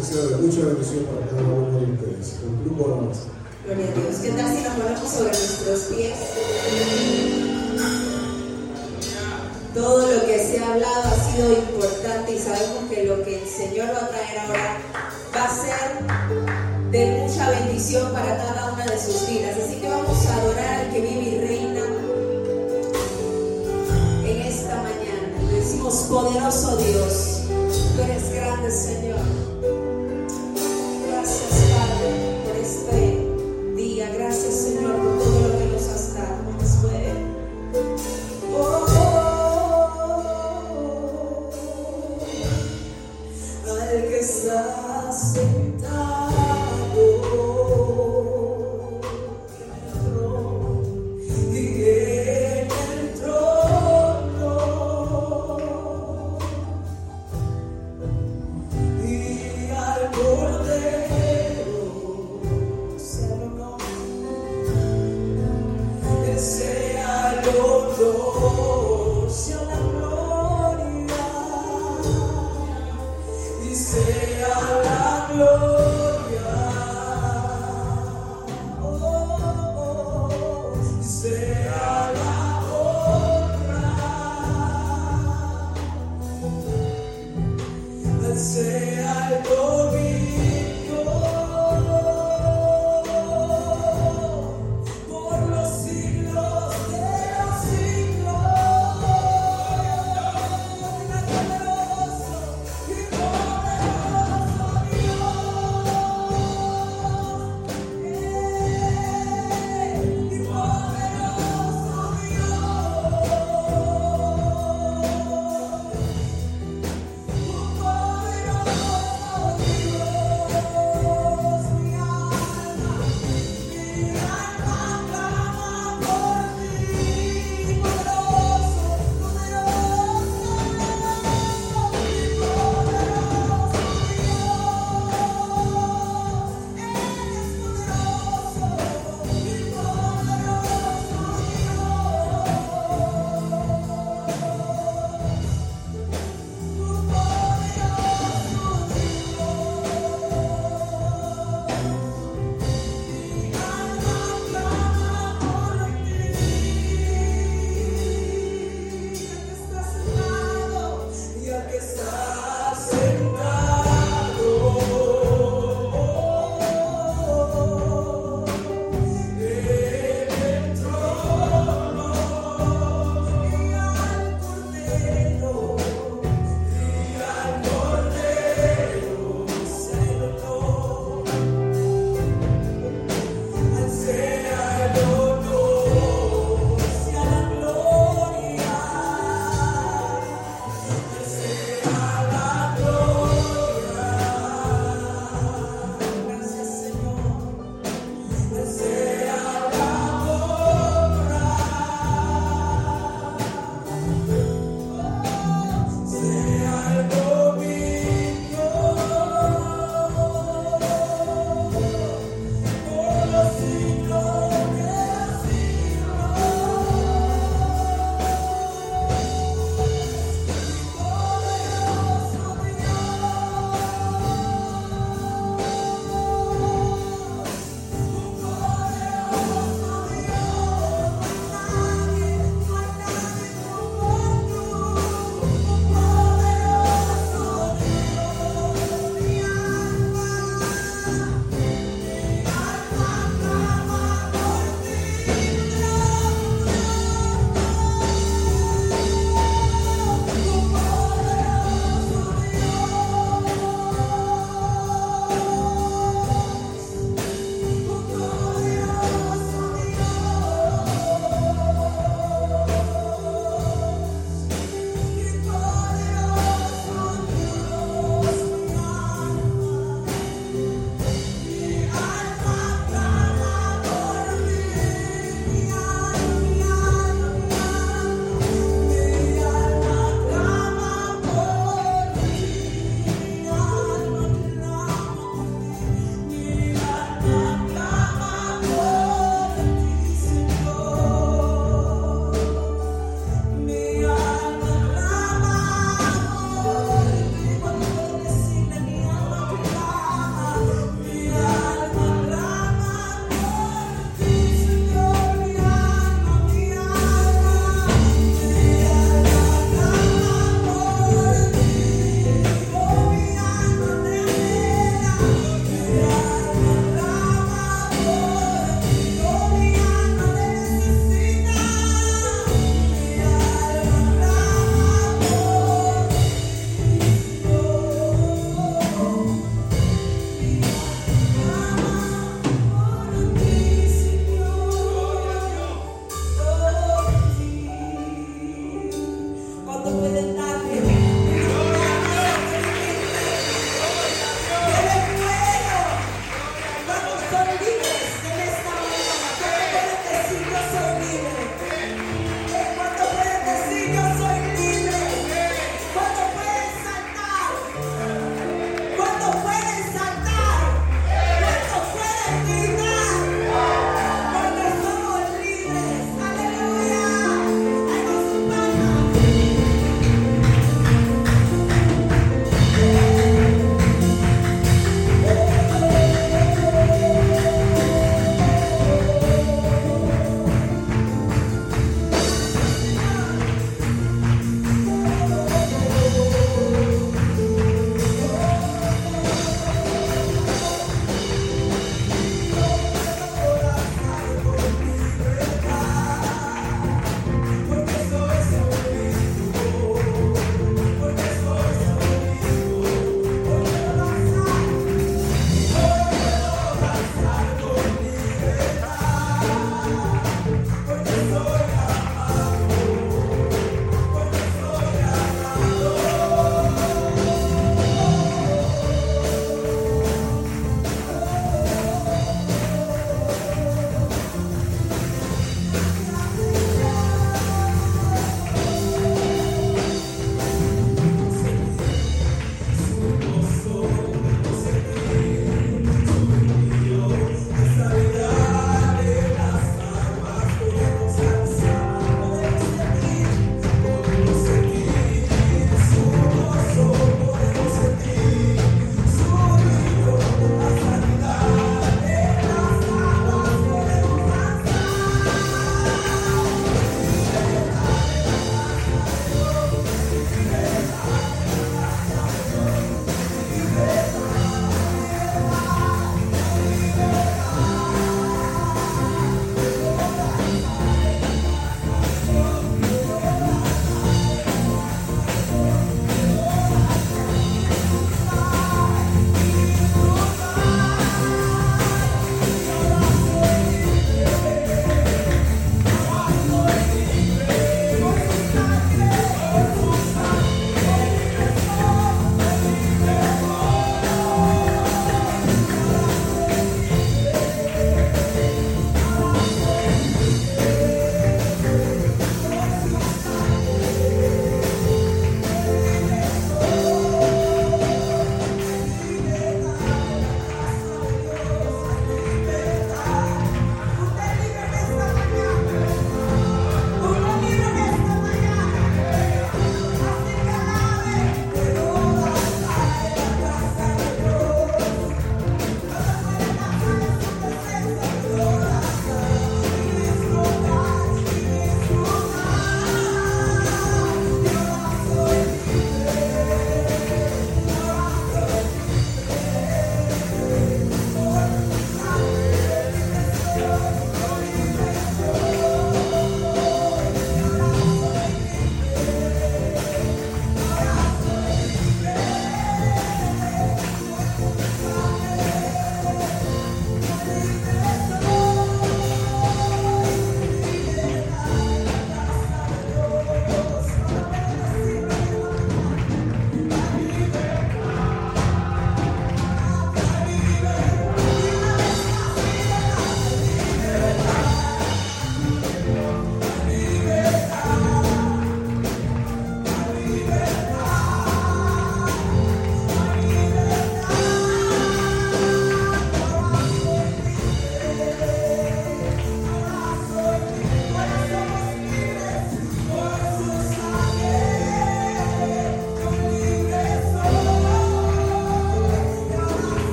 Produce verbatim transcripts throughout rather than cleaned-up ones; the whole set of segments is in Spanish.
que sea de mucha bendición para cada uno de ustedes. El grupo de alabanza. Gloria a Dios. ¿Qué tal si nos ponemos sobre nuestros pies? Todo lo que se ha hablado ha sido importante y sabemos que lo que el Señor va a traer ahora va a ser de mucha bendición para cada una de sus vidas. Así que vamos a adorar al que vive y reina en esta mañana. Le decimos: poderoso Dios, tú eres grande, Señor. Gracias, Padre, por este día. Gracias, Señor, por todo lo que nos has dado. Nos fue. Oh, al que está sentado y en el trono, y al Cordero sea el honor, sea el honor, sea la gloria y sea la gloria, oh, oh, oh, y sea la honra, sea el dominio por los siglos de los siglos. Poderoso y poderoso Dios, eh, y poderoso Dios, un poderoso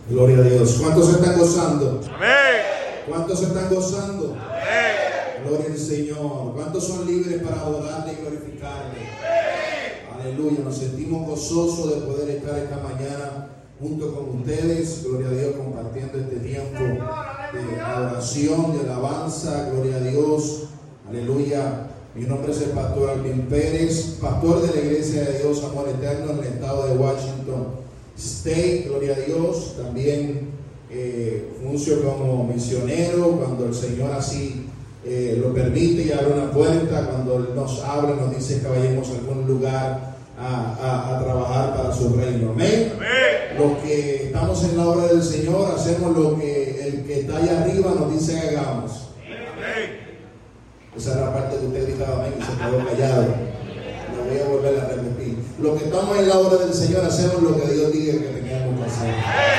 Gloria a Dios. ¿Cuántos se están gozando? Amén. ¿Cuántos se están gozando? Amén. Gloria al Señor. ¿Cuántos son libres para adorarle y glorificarle? Amén. Aleluya. Nos sentimos gozosos de poder estar esta mañana junto con ustedes. Gloria a Dios, compartiendo este tiempo de adoración, de alabanza. Gloria a Dios. Aleluya. Mi nombre es el pastor Alvin Pérez, pastor de la Iglesia de Dios Amor Eterno en el estado de Washington State. Gloria a Dios. También eh, funcio como misionero cuando el Señor así eh, lo permite y abre una puerta. Cuando Él nos habla, nos dice que vayamos a algún lugar a, a, a trabajar para su reino. Amén. Amén. Los que estamos en la obra del Señor hacemos lo que el que está allá arriba nos dice que hagamos. Amén. Esa es la parte que usted dijo amén y se quedó callado. La voy a volver a repetir. Los que estamos en la obra del Señor hacemos lo que Dios diga que tengamos que hacer.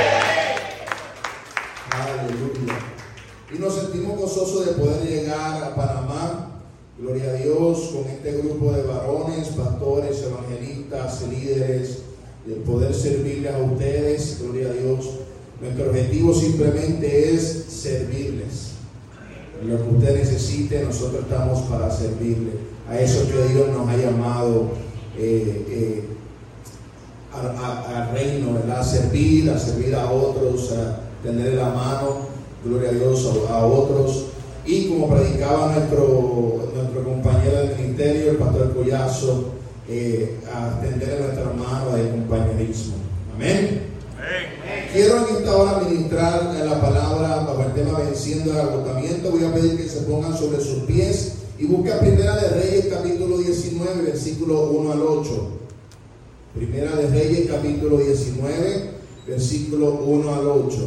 Aleluya. Y nos sentimos gozosos de poder llegar a Panamá. Gloria a Dios, con este grupo de varones, pastores, evangelistas, líderes, de poder servirles a ustedes. Gloria a Dios. Nuestro objetivo simplemente es servirles. Lo que usted necesite, nosotros estamos para servirle. A eso que Dios nos ha llamado eh, eh, al reino, ¿verdad? A servir, a servir a otros, a tener la mano, gloria a Dios, a, a otros. Y como predicaba nuestro, nuestro compañero del ministerio, el pastor Collazo, eh, a atender a nuestra mano de compañerismo. Amén. Quiero en esta hora ministrar en la palabra bajo el tema venciendo el agotamiento. Voy a pedir que se pongan sobre sus pies y busquen Primera de Reyes capítulo diecinueve, versículo uno al ocho. Primera de Reyes capítulo diecinueve, versículo uno al ocho.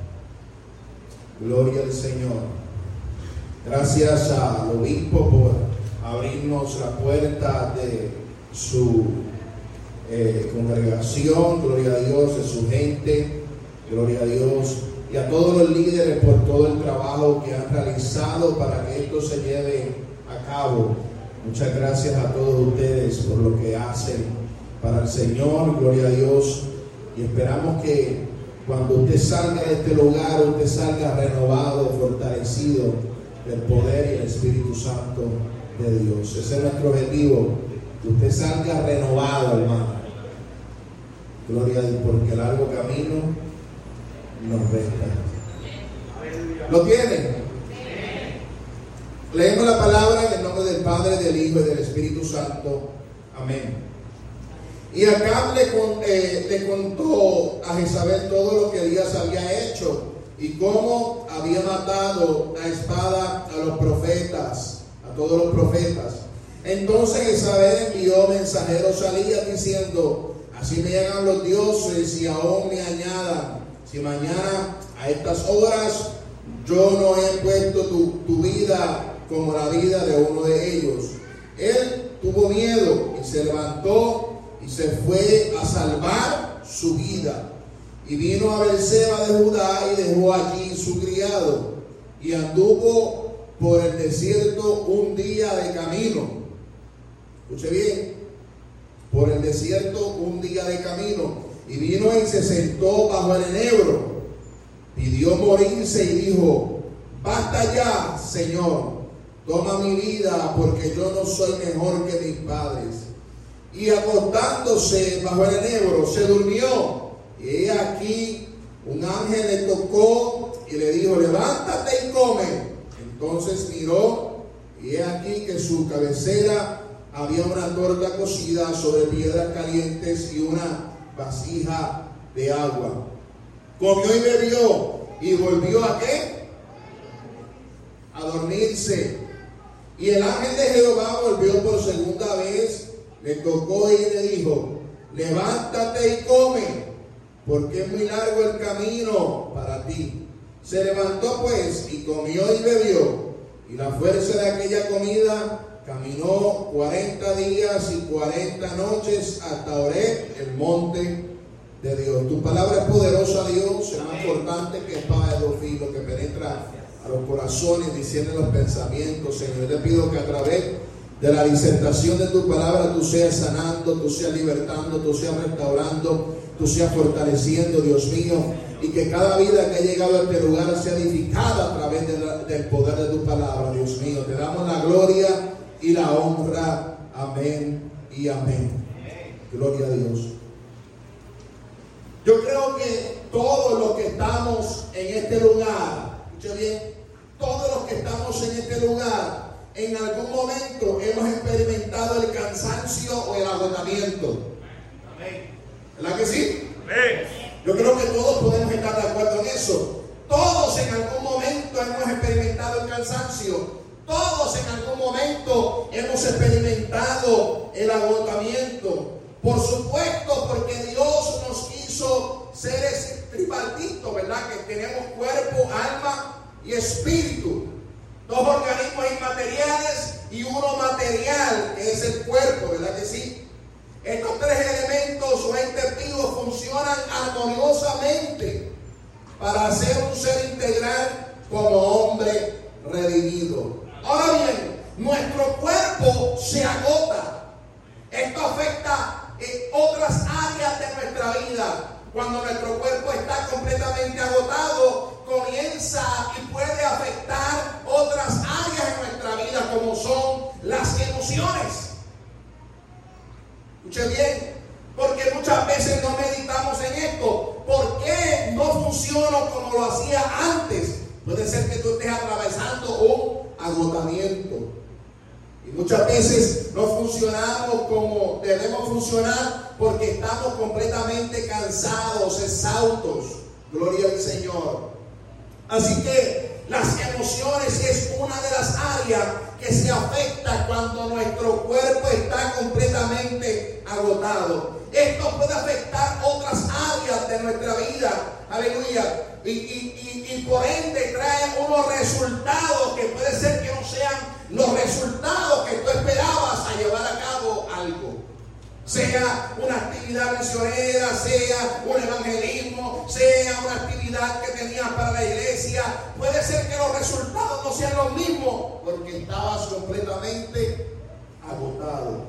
Gloria al Señor. Gracias al obispo por abrirnos la puerta de su eh, congregación. Gloria a Dios, de su gente. Gloria a Dios, y a todos los líderes por todo el trabajo que han realizado para que esto se lleve a cabo. Muchas gracias a todos ustedes por lo que hacen para el Señor. Gloria a Dios, y esperamos que cuando usted salga de este lugar, usted salga renovado, fortalecido del poder y el Espíritu Santo de Dios. Ese es nuestro objetivo, que usted salga renovado, hermano. Gloria a Dios, porque el largo camino nos resta. ¿Lo tienen? Leemos la palabra en el nombre del Padre, del Hijo y del Espíritu Santo. Amén. Y Acab le, con, eh, le contó a Jezabel todo lo que Elías había hecho y cómo había matado a espada a los profetas, a todos los profetas. Entonces Jezabel envió mensajeros a Elías diciendo: así me hagan los dioses y aún me añadan, si mañana a estas horas yo no he puesto tu, tu vida como la vida de uno de ellos. Él tuvo miedo y se levantó y se fue a salvar su vida. Y vino a Beerseba de Judá y dejó allí su criado. Y anduvo por el desierto un día de camino. Escuche bien. Por el desierto un día de camino. Y vino y se sentó bajo el enebro, pidió morirse y dijo: basta ya, Señor, toma mi vida, porque yo no soy mejor que mis padres. Y acostándose bajo el enebro, se durmió. Y he aquí, un ángel le tocó y le dijo: levántate y come. Entonces miró, y he aquí que su cabecera había una torta cocida sobre piedras calientes y una vasija de agua. Comió y bebió y volvió a ¿qué? A dormirse. Y el ángel de Jehová volvió por segunda vez, le tocó y le dijo: levántate y come, porque es muy largo el camino para ti. Se levantó pues y comió y bebió, y la fuerza de aquella comida caminó cuarenta días y cuarenta noches hasta Horeb, el monte de Dios. Tu palabra es poderosa, Dios, es más cortante que espada de dos filos, que penetra a los corazones, discierne los pensamientos. Señor, te pido que a través de la disertación de tu palabra tú seas sanando, tú seas libertando, tú seas restaurando, tú seas fortaleciendo, Dios mío. y que cada vida que ha llegado a este lugar sea edificada a través de la, del poder de tu palabra, Dios mío. Te damos la gloria y la honra. Amén y amén. Gloria a Dios. Yo creo que todos los que estamos en este lugar, escuche bien, todos los que estamos en este lugar, en algún momento hemos experimentado el cansancio o el agotamiento. ¿Verdad que sí? Yo creo que todos podemos estar de acuerdo en eso. Todos en algún momento hemos experimentado el cansancio. Todos en algún momento hemos experimentado el agotamiento. Por supuesto, porque Dios nos hizo seres tripartitos, ¿verdad? Que tenemos cuerpo, alma y espíritu. Dos organismos inmateriales y uno material, que es el cuerpo, ¿verdad que sí? Estos tres elementos o entes vivos funcionan armoniosamente para hacer un ser integral como hombre redimido. Ahora bien, nuestro cuerpo se agota. Esto afecta en otras áreas de nuestra vida. Cuando nuestro cuerpo está completamente agotado, comienza y puede afectar otras áreas de nuestra vida, como son las emociones. Escuche bien, porque muchas veces no meditamos en esto. ¿Por qué no funciono como lo hacía antes? Puede ser que tú estés atravesando un agotamiento. Y muchas veces no funcionamos como debemos funcionar porque estamos completamente cansados, exhaustos. Gloria al Señor. Así que las emociones es una de las áreas que se afecta cuando nuestro cuerpo está completamente agotado. Esto puede afectar otras áreas de nuestra vida. Aleluya. Y, y, y, y por ende trae unos resultados que puede ser que no sean los resultados que tú esperabas a llevar a cabo algo. Sea una actividad misionera, sea un evangelismo, sea una actividad que tenías para la iglesia. Puede ser que los resultados no sean los mismos porque estabas completamente agotado.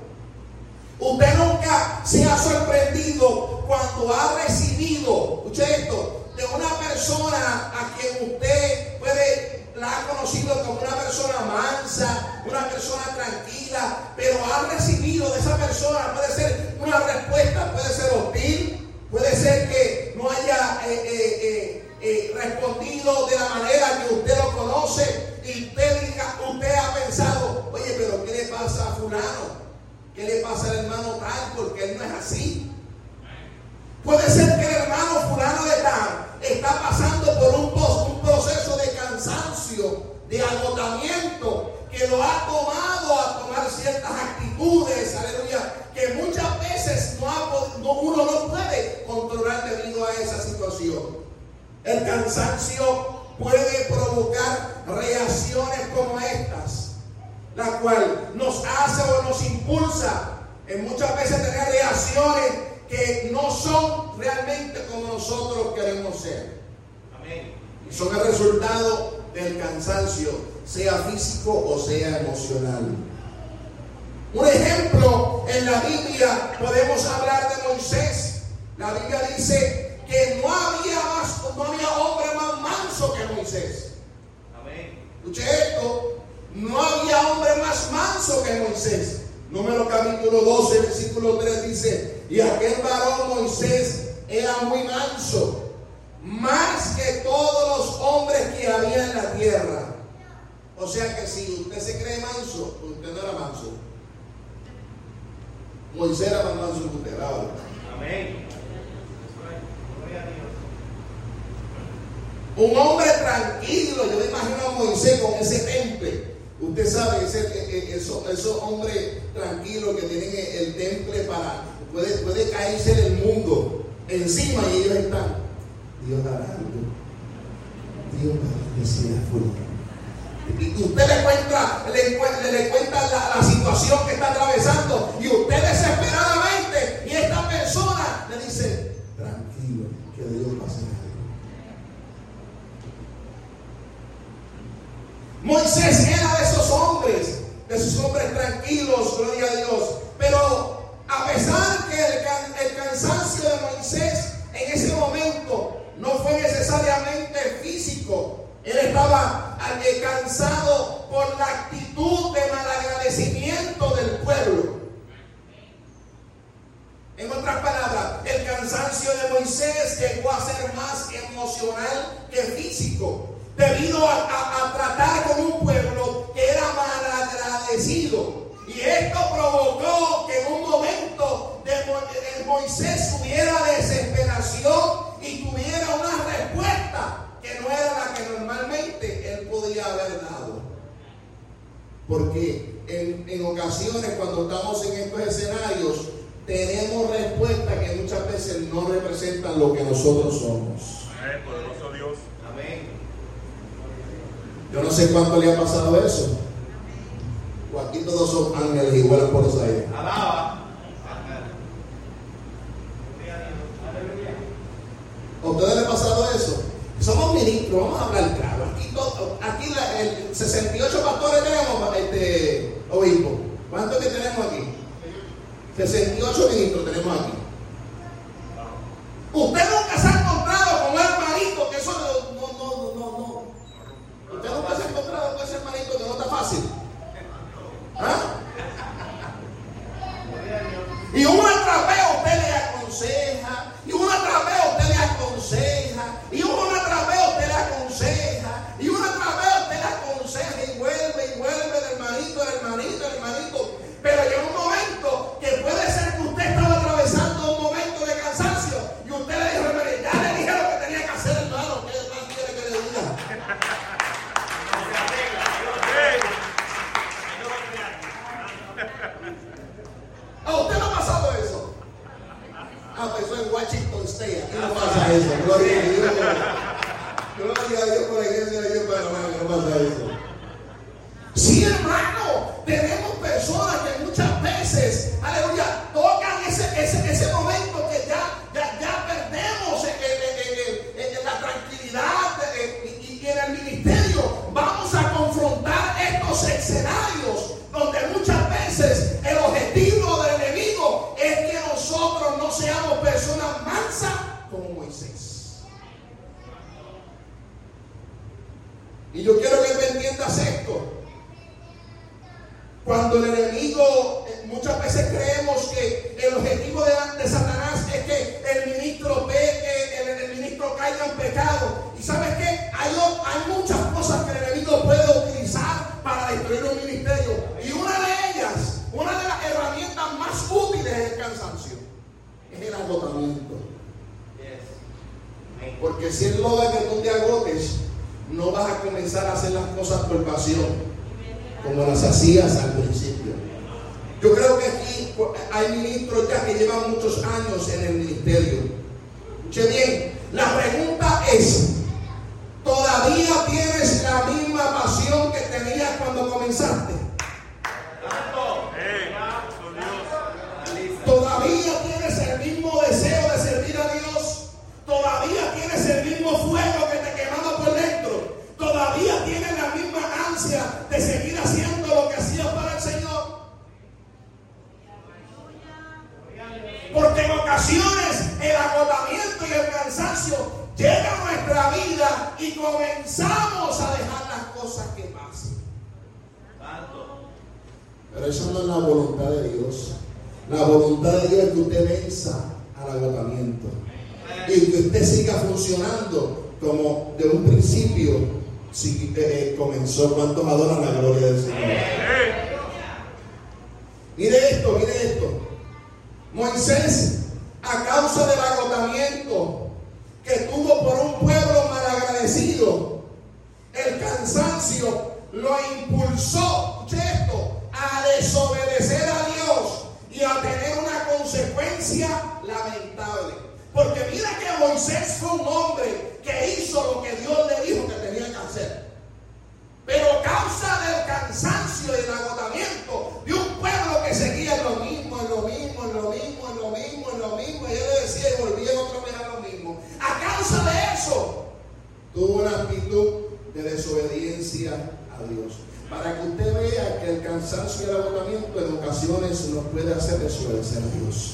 Usted nunca se ha sorprendido cuando ha recibido, escuche esto, de una persona a quien usted puede, la ha conocido como una persona mansa, una persona tranquila, pero ha recibido de esa persona, puede ser una respuesta, puede ser hostil, puede ser que no haya eh, eh, eh, eh, respondido de la manera que usted lo conoce y usted diga, usted ha pensado, oye, pero ¿qué le pasa a fulano? ¿Qué le pasa al hermano tal? Porque él no es así. Puede ser que el hermano fulano de tal está pasando por un, un proceso de cansancio, de agotamiento, que lo ha tomado a tomar ciertas actitudes, aleluya, que muchas veces no ha, no, uno no puede controlar debido a esa situación. El cansancio puede provocar reacciones como estas, la cual nos hace o nos impulsa en muchas veces tener reacciones que no son realmente como nosotros queremos ser. Amén. Y son el resultado del cansancio, sea físico o sea emocional. Un ejemplo, en la Biblia podemos hablar de Moisés. La Biblia dice que no había, más, no había hombre más manso que Moisés. Amén. Escuche esto. No había hombre más manso que Moisés. Número capítulo doce, versículo tres dice: y aquel varón Moisés era muy manso, más que todos los hombres que había en la tierra. O sea que si usted se cree manso, usted no era manso. Moisés era más manso que usted. ¿Verdad? Amén. Un hombre tranquilo. Yo me imagino a Moisés con ese temple. Usted sabe, ese, esos, esos hombres tranquilos que tienen el temple para, puede, puede caerse el mundo encima y ellos están, Dios hará algo, Dios decía fulano. Y usted le cuenta, le, le cuenta la, la situación que está atravesando y usted desesperadamente, y esta persona le dice, tranquilo, que Dios va a hacer algo. Moisés era de esos hombres, de esos hombres tranquilos, gloria a Dios. Pero a pesar que el, can, el cansancio de Moisés en ese momento no fue en estaba eh, cansado por la actitud de malagradecimiento del pueblo. En otras palabras, el cansancio de Moisés llegó a ser más emocional que físico, debido a, a, a tratar con un pueblo que era malagradecido. Y esto provocó que en un momento de Mo, de Moisés tuviera desesperación y tuviera una respuesta que no era la que normalmente él podía haber dado. Porque en, en ocasiones, cuando estamos en estos escenarios, tenemos respuestas que muchas veces no representan lo que nosotros somos. Amén, poderoso Dios. Amén. Yo no sé cuánto le ha pasado eso. O aquí todos son ángeles igual por los aires. Alaba. ¿A ustedes les ha pasado eso? Somos ministros, vamos a hablar claro. Aquí, todo, aquí la, el sesenta y ocho pastores tenemos, este obispo. ¿Cuántos que tenemos aquí? sesenta y ocho ministros tenemos aquí. Usted nunca se ha encontrado con un hermanito que eso no, no, no, no, no. Usted nunca se ha encontrado con ese hermanito que no está fácil. ¿Ah? Y un atrapeo usted le aconseja, y un atrapeo usted le aconseja, y un atrapeo usted le aconseja, y un atrapeo usted le aconseja, y vuelve, y vuelve el hermanito, el hermanito, el hermanito. Pero llega un momento que puede ser que usted estaba atravesando un momento de cansancio, y usted le dijo, hermano, ya le dije lo que tenía que hacer, hermano, ¿qué más quiere que le diga? ¿A usted no ha pasado eso? Ah, pues eso en Washington State. Aquí no pasa eso. Gloria a Dios. Gloria a Dios por la iglesia de Dios, pero hermano, que no pasa eso. Sí, hermano, tenemos personas que muchas veces, aleluya, tocan ese, ese, ese momento que ya, ya, ya perdemos en, en, en, en la tranquilidad en, y, y en el ministerio. Vamos a confrontar estos escenarios donde muchas veces el objetivo del enemigo es que nosotros no seamos personas mansas como Moisés. Y yo quiero que me entiendas esto. Cuando el enemigo, muchas veces creemos que el objetivo de, de Satanás es que el ministro peque, el, el ministro caiga en pecado. ¿Y sabes qué? Hay, hay muchas cosas que el enemigo puede utilizar para destruir un ministerio. Y una de ellas, una de las herramientas más útiles es el cansancio. Es el agotamiento. Porque si él logra que tú te agotes, no vas a comenzar a hacer las cosas por pasión, como las hacías al principio. Yo creo que aquí hay ministros ya que llevan muchos años en el ministerio. Escuche bien, la pregunta es, ¿todavía tienes la misma pasión que tenías cuando comenzaste? ¿Todavía tienes el mismo deseo de servir a Dios? ¿Todavía tienes el mismo fuego que te quemaba por dentro? ¿Todavía tienes la misma ansia de seguir haciendo lo que hacías para el Señor? Porque en ocasiones el agotamiento y el cansancio llega a nuestra vida y comenzamos a dejar las cosas que pasen. Pero eso no es la voluntad de Dios. La voluntad de Dios es que usted venza al agotamiento y que usted siga funcionando como de un principio si, eh, comenzó. ¿Cuántos adoran la gloria del Señor? Mire esto, mire esto. Moisés, a causa del agotamiento que tuvo por un pueblo malagradecido, el cansancio lo impulsó, escuche esto, a desobedecer a Dios y a tener una consecuencia lamentable. Porque mira que Moisés fue un hombre que hizo lo que Dios le dijo que tenía que hacer. Pero a causa del cansancio y el agotamiento de un pueblo que seguía en lo mismo, en lo mismo, en lo mismo, en lo mismo, en lo mismo, y él le decía y volvía otra vez a lo mismo. A causa de eso, tuvo una actitud de desobediencia a Dios. Para que usted vea que el cansancio y el agotamiento en ocasiones nos puede hacer desobedecer a Dios.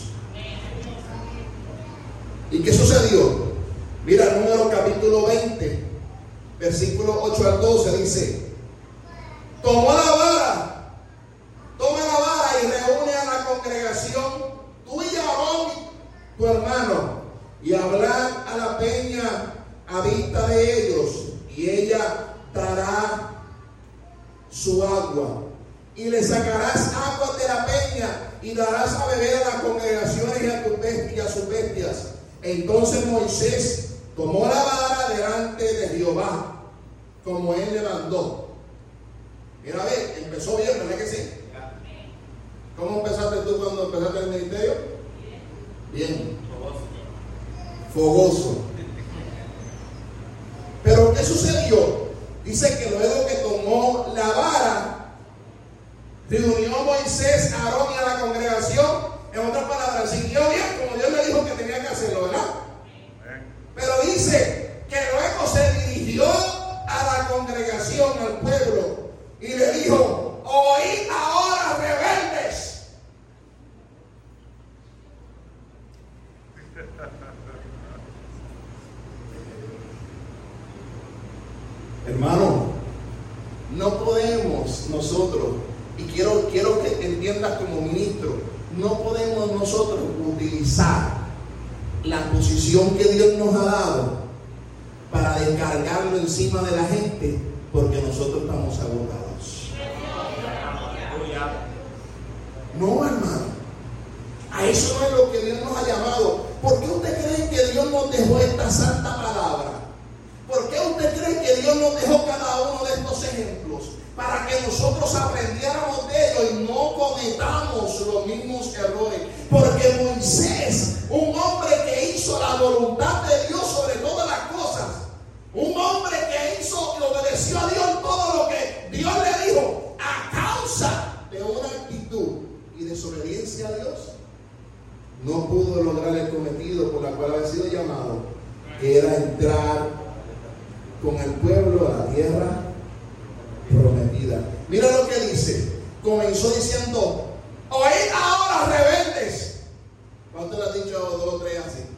¿Y qué sucedió? Mira, Número capítulo veinte, versículo ocho al doce dice: tomó la vara, toma la vara y reúne a la congregación, tú y Aarón, tu hermano, y hablad a la peña a vista de ellos, y ella dará su agua, y le sacarás agua de la peña, y darás a beber a las congregaciones y a, tus bestias, y a sus bestias. Entonces Moisés tomó la vara delante de Jehová, como él le mandó. Mira, a ver, empezó bien, ¿verdad que sí? ¿Cómo empezaste tú cuando empezaste el ministerio? Bien. Fogoso. Pero ¿qué sucedió? Dice que luego que tomó la vara, reunió a Moisés, a Aarón y a la congregación. En otras palabras, siguió bien como Dios le dijo que tenía que hacerlo, ¿verdad? Pero dice que luego se dirigió a la congregación, al pueblo, y le dijo: oíd ahora, rebeldes. Hermano, no podemos nosotros, y quiero, quiero que entiendas como ministro, no podemos nosotros utilizar la posición que Dios nos ha dado para descargarlo encima de la gente, porque nosotros estamos agotados. No, hermano, a eso no es lo que Dios nos ha llamado. ¿Por qué usted cree que Dios nos dejó esta santa palabra? ¿Por qué usted cree que Dios nos dejó cada uno de estos ejemplos? Para que nosotros aprendiéramos de ellos y no cometamos los mismos errores. Porque Moisés, un hombre que hizo la voluntad de Dios sobre todas las cosas, un hombre que hizo y obedeció a Dios todo lo que Dios le dijo, a causa de una actitud y desobediencia a Dios, no pudo lograr el cometido por la cual había sido llamado, que era entrar con el pueblo a la tierra prometida. Mira lo que dice. Comenzó diciendo: oíd ahora, rebeldes. ¿Cuánto le has dicho dos o tres así?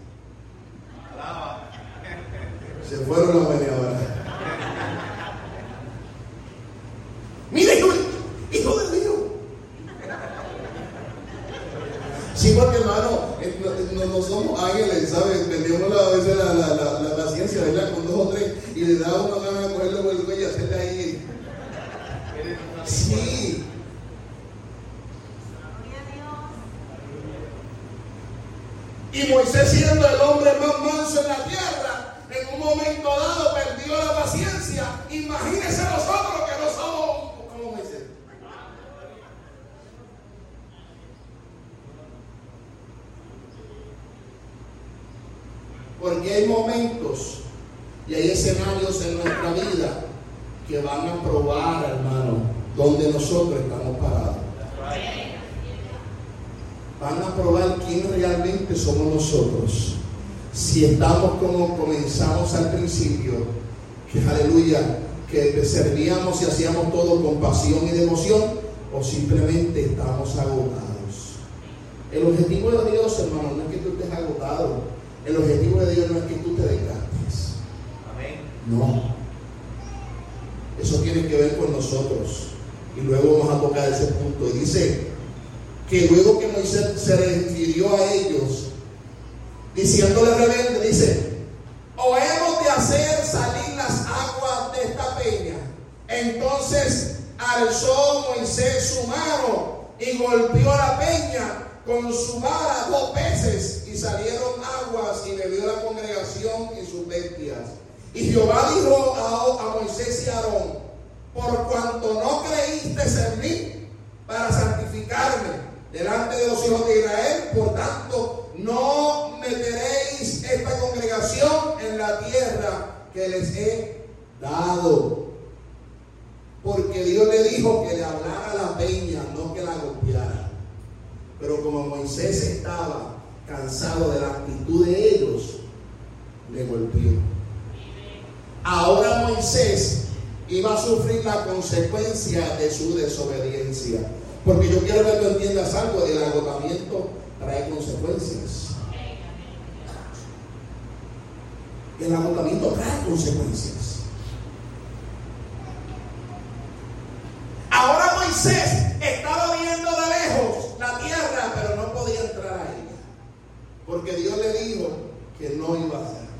Se fueron los meneadores. Mira, hijo, hijo de Dios. Sí, porque hermano, no, no somos ángeles, ¿sabes? Tenemos a veces la, la, la, la paciencia, ¿verdad? Con dos o tres, y le da una gana de cogerlo por el cuello y hacerle ahí. Sí. Y Moisés, siendo el hombre más manso en la tierra, en un momento dado perdió la paciencia. Imagínense nosotros que no somos como Moisés. Porque hay momentos y hay escenarios en nuestra vida que van a probar, hermano, donde nosotros estamos parados. Van a probar quién realmente somos nosotros. Si estamos como comenzamos al principio, que aleluya, que servíamos y hacíamos todo con pasión y devoción, o simplemente estamos agotados. El objetivo de Dios, hermano, no es que tú estés agotado. El objetivo de Dios no es que tú te desgastes. Amén. No. Eso tiene que ver con nosotros. Y luego vamos a tocar ese punto. Y dice que luego que Moisés se refirió a ellos, diciéndole rebelde, dice: o hemos de hacer salir las aguas de esta peña. Entonces alzó Moisés su mano y golpeó la peña con su vara dos veces, y salieron aguas, y bebió la congregación y sus bestias. Y Jehová dijo a, a Moisés y a Aarón: por cuanto no creísteis en mí para santificarme delante de los hijos de Israel, por tanto no meteréis esta congregación en la tierra que les he dado. Porque Dios le dijo que le hablara a la peña, no que la golpeara. Pero como Moisés estaba cansado de la actitud de ellos, le golpeó. Ahora Moisés iba a sufrir la consecuencia de su desobediencia. Porque yo quiero que tú entiendas algo: el agotamiento trae consecuencias. El agotamiento trae consecuencias. Moisés estaba viendo de lejos la tierra, pero no podía entrar a ella, porque Dios le dijo que no iba a hacerlo.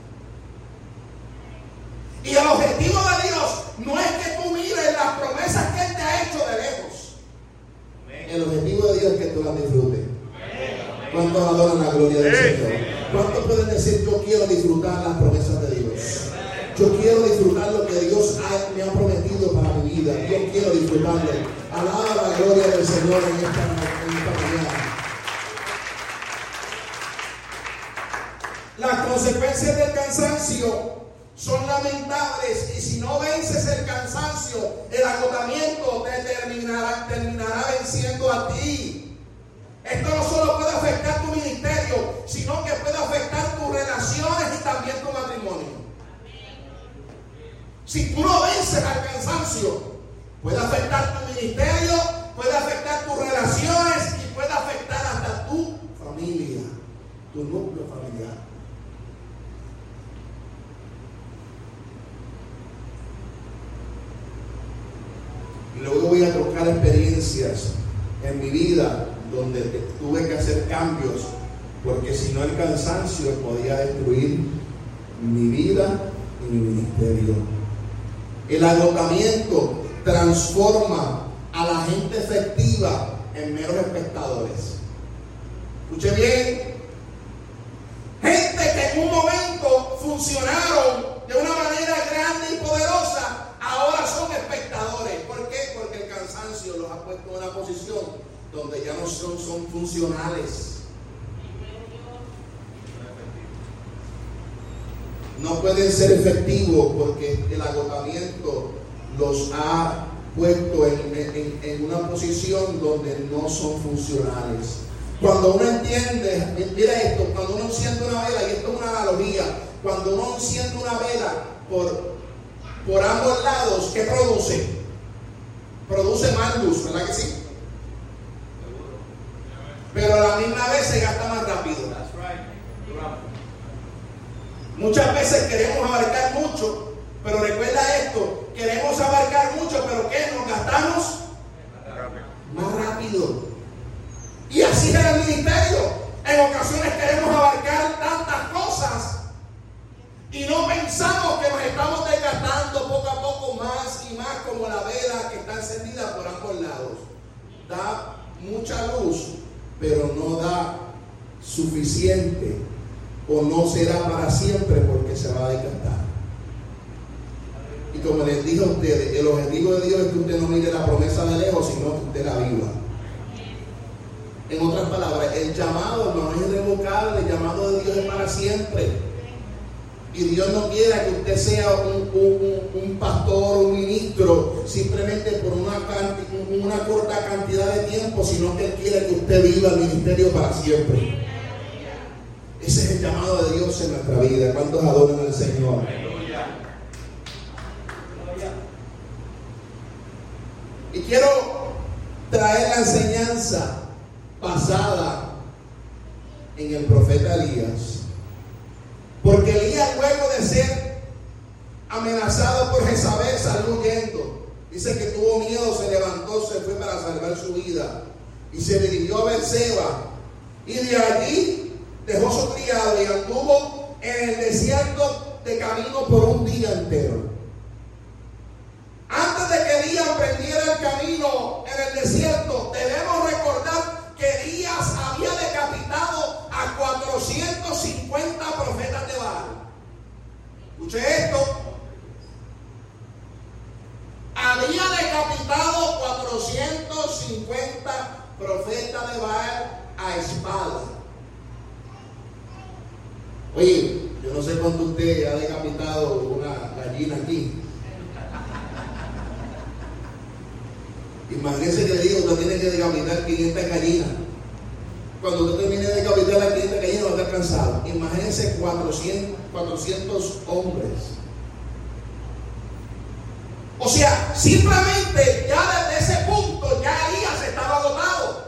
Y el objetivo de Dios no es que tú mires las promesas que Él te ha hecho de lejos. El objetivo de Dios es que tú las disfrutes. ¿Cuántos adoran la gloria del Señor? ¿Cuántos pueden decir, yo quiero disfrutar las promesas de Dios? Yo quiero disfrutar lo que Dios ha, me ha prometido para mi vida. Yo quiero disfrutarlo. Alaba la gloria del Señor en esta, en esta mañana. Las consecuencias del cansancio son lamentables, y si no vences el cansancio, el agotamiento te terminará, terminará venciendo a ti. Esto no solo puede afectar tu ministerio, sino que puede afectar tus relaciones y también tu matrimonio. Si tú no vences al cansancio, puede afectar tu ministerio, puede afectar tus relaciones y puede afectar hasta tu familia, tu núcleo familiar. Y luego voy a tocar experiencias en mi vida donde tuve que hacer cambios, porque si no el cansancio podía destruir mi vida y mi ministerio. El agotamiento transforma a la gente efectiva en meros espectadores. Escuche bien, gente que en un momento funcionaron de una manera grande y poderosa, ahora son espectadores. ¿Por qué? Porque el cansancio los ha puesto en una posición donde ya no son, son funcionales. No pueden ser efectivos porque el agotamiento los ha puesto en, en, en una posición donde no son funcionales. Cuando uno entiende, mira esto, cuando uno enciende una vela, y esto es una analogía, cuando uno enciende una vela por, por ambos lados, ¿qué produce? Produce más luz, ¿verdad que sí? Pero a la misma vez se gasta más rápido. Muchas veces queremos abarcar mucho, pero recuerda esto, queremos abarcar mucho, pero ¿qué? Nos gastamos más rápido. Y así es el ministerio. En ocasiones queremos abarcar tantas cosas y no pensamos que nos estamos desgastando poco a poco más y más, como la vela que está encendida por ambos lados. Da mucha luz, pero no da suficiente, o no será para siempre, porque se va a desgastar. Y como les dije a ustedes, el objetivo de Dios es que usted no mire la promesa de lejos, sino que usted la viva. En otras palabras, el llamado no es irrevocable, el llamado de Dios es para siempre. Y Dios no quiere que usted sea un, un, un pastor, un ministro, simplemente por una, una corta cantidad de tiempo, sino que Él quiere que usted viva el ministerio para siempre. Ese es el llamado de Dios en nuestra vida. ¿Cuántos adoran al Señor? Y quiero traer la enseñanza basada en el profeta Elías. Porque Elías, luego de ser amenazado por Jezabel, salió huyendo. Dice que tuvo miedo, se levantó, se fue para salvar su vida y se dirigió a Beerseba. Y de allí dejó su criado y anduvo en el desierto de camino por un día entero. Antes de que Elías emprendiera el camino en el desierto, debemos recordar que Elías había decapitado a cuatrocientos cincuenta profetas de Baal. Escuche esto. Había decapitado cuatrocientos cincuenta profetas de Baal a espada. Oye, yo no sé cuánto usted ha decapitado una gallina aquí. Imagínense que le digo, usted tiene que decapitar quinientas gallinas. Cuando usted termine de decapitar las quinientas gallinas va a estar cansado. Imagínense cuatrocientos, cuatrocientos hombres. O sea, simplemente ya desde ese punto ya Elías estaba agotado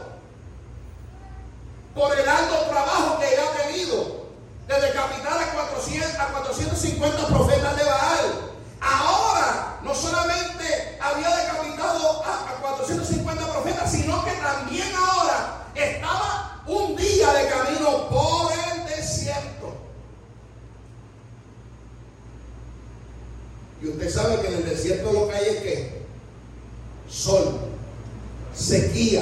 por el alto trabajo que había tenido de decapitar a cuatrocientos, a cuatrocientos cincuenta profetas de Baal. Ahora no solamente había decapitado a, a cuatrocientos Y usted sabe que en el desierto lo que hay es ¿qué? Sol, sequía.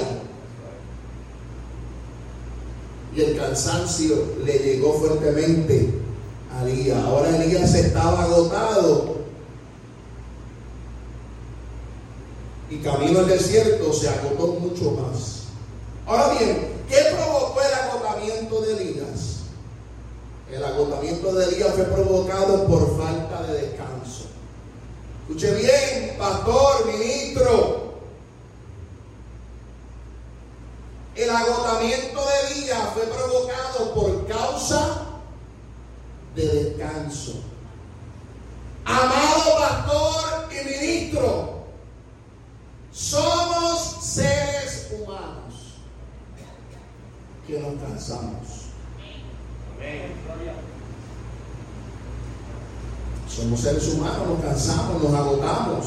Y el cansancio le llegó fuertemente a Elías. Ahora Elías estaba agotado. Y camino al desierto se agotó mucho más. Ahora bien, ¿qué provocó el agotamiento de Elías? El agotamiento de Elías fue provocado por falta de descanso. Escuche bien, pastor, ministro. El agotamiento de Elías fue provocado por causa de descanso. Amado pastor y ministro, somos seres humanos que nos cansamos. Somos seres humanos, nos cansamos, nos agotamos.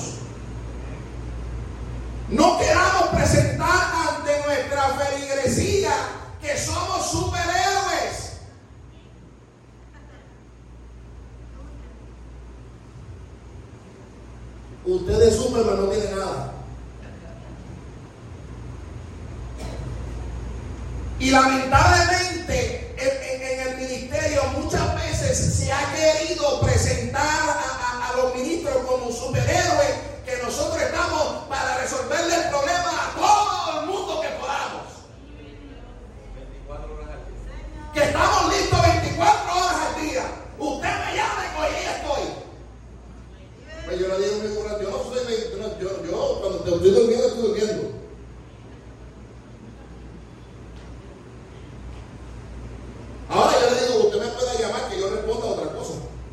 No queramos presentar ante nuestra feligresía que somos superhéroes. Usted de Superman no tiene nada. Y lamentablemente en, en, en el ministerio muchas veces se ha querido presentar a, a, a los ministros como superhéroes, que nosotros estamos para resolverle el problema a todo el mundo que podamos. Que estamos listos veinticuatro horas al día. Usted me llama y ahí estoy. Pues yo no digo mi cura, yo no soy, yo, yo, yo cuando te estoy durmiendo, estoy durmiendo. Ahora yo le digo, usted me puede llamar que yo responda a otra cosa.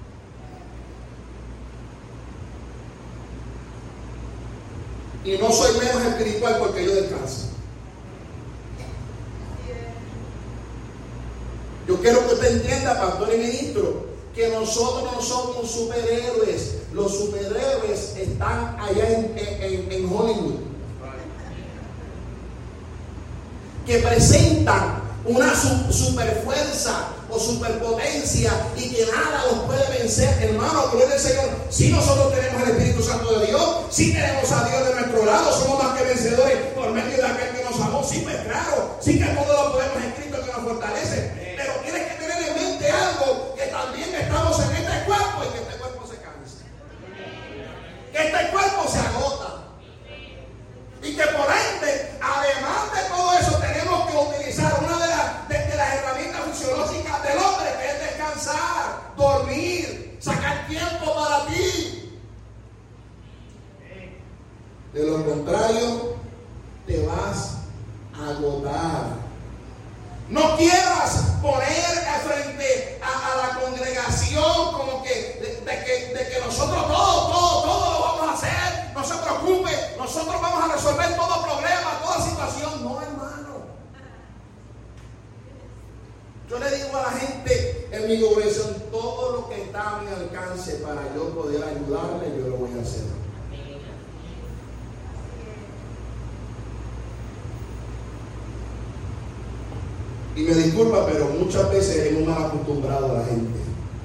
Y no soy menos espiritual porque yo descanso. Yo quiero que usted entienda, pastor y ministro, que nosotros no somos superhéroes. Los superhéroes están allá en, en, en Hollywood, que presentan una super fuerza o superpotencia y que nada los puede vencer. Hermano, gloria al Señor. Si nosotros tenemos el Espíritu Santo de Dios, si tenemos a Dios de nuestro lado, somos más que vencedores por medio de aquel que nos amó. Sí, pues claro, sí que todo lo podemos en Cristo que nos fortalece. Pero tienes que tener en mente algo, que también estamos en este cuerpo y que este cuerpo se cansa, que este cuerpo se agota. Y que por ende, además de todo eso, tenemos que utilizar una de las, de, de las herramientas fisiológicas del hombre, que es descansar, dormir, sacar tiempo para ti. De lo contrario, te vas a agotar. No quieras poner frente a, a la congregación como que de, de que de que nosotros todo, todo, todo lo vamos a hacer. No se preocupe, nosotros vamos a resolver todo problema, toda situación. No, hermano. Yo le digo a la gente en mi congregación, todo lo que está a mi alcance para yo poder ayudarle, yo lo voy a hacer. Y me disculpa, pero muchas veces hemos mal acostumbrado a la gente.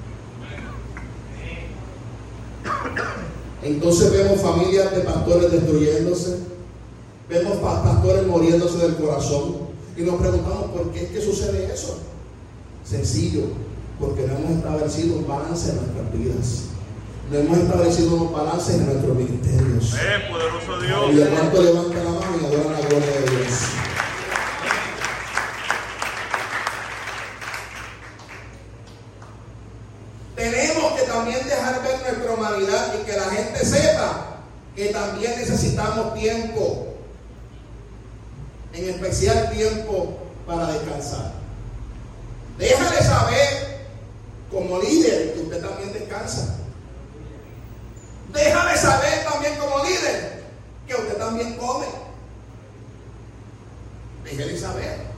Entonces vemos familias de pastores destruyéndose, vemos pastores muriéndose del corazón y nos preguntamos ¿por qué es que sucede eso? Sencillo, porque no hemos establecido un balance en nuestras vidas, no hemos establecido unos balances en nuestros ministerios. ¡Eh, poderoso Dios! Y el cuanto levanta la mano y adora la gloria de Dios. Tenemos que también dejar ver nuestra humanidad y que la gente sepa que también necesitamos tiempo, en especial tiempo para descansar. Déjale saber como líder que usted también descansa. Déjale saber también como líder que usted también come. Déjale saber.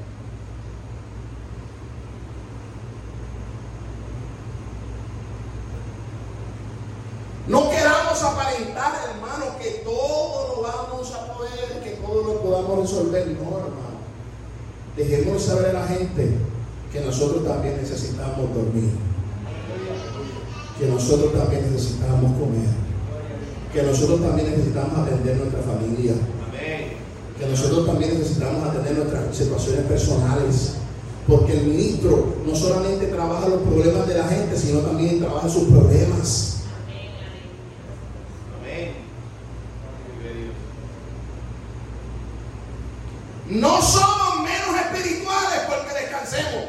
No queramos aparentar, hermano, que todo lo vamos a poder, que todo lo podamos resolver. No, hermano. Dejemos saber a la gente que nosotros también necesitamos dormir, que nosotros también necesitamos comer, que nosotros también necesitamos atender nuestra familia. Amén. Que nosotros también necesitamos atender nuestras situaciones personales. Porque el ministro no solamente trabaja los problemas de la gente, sino también trabaja sus problemas. Amén. No somos menos espirituales porque descansemos.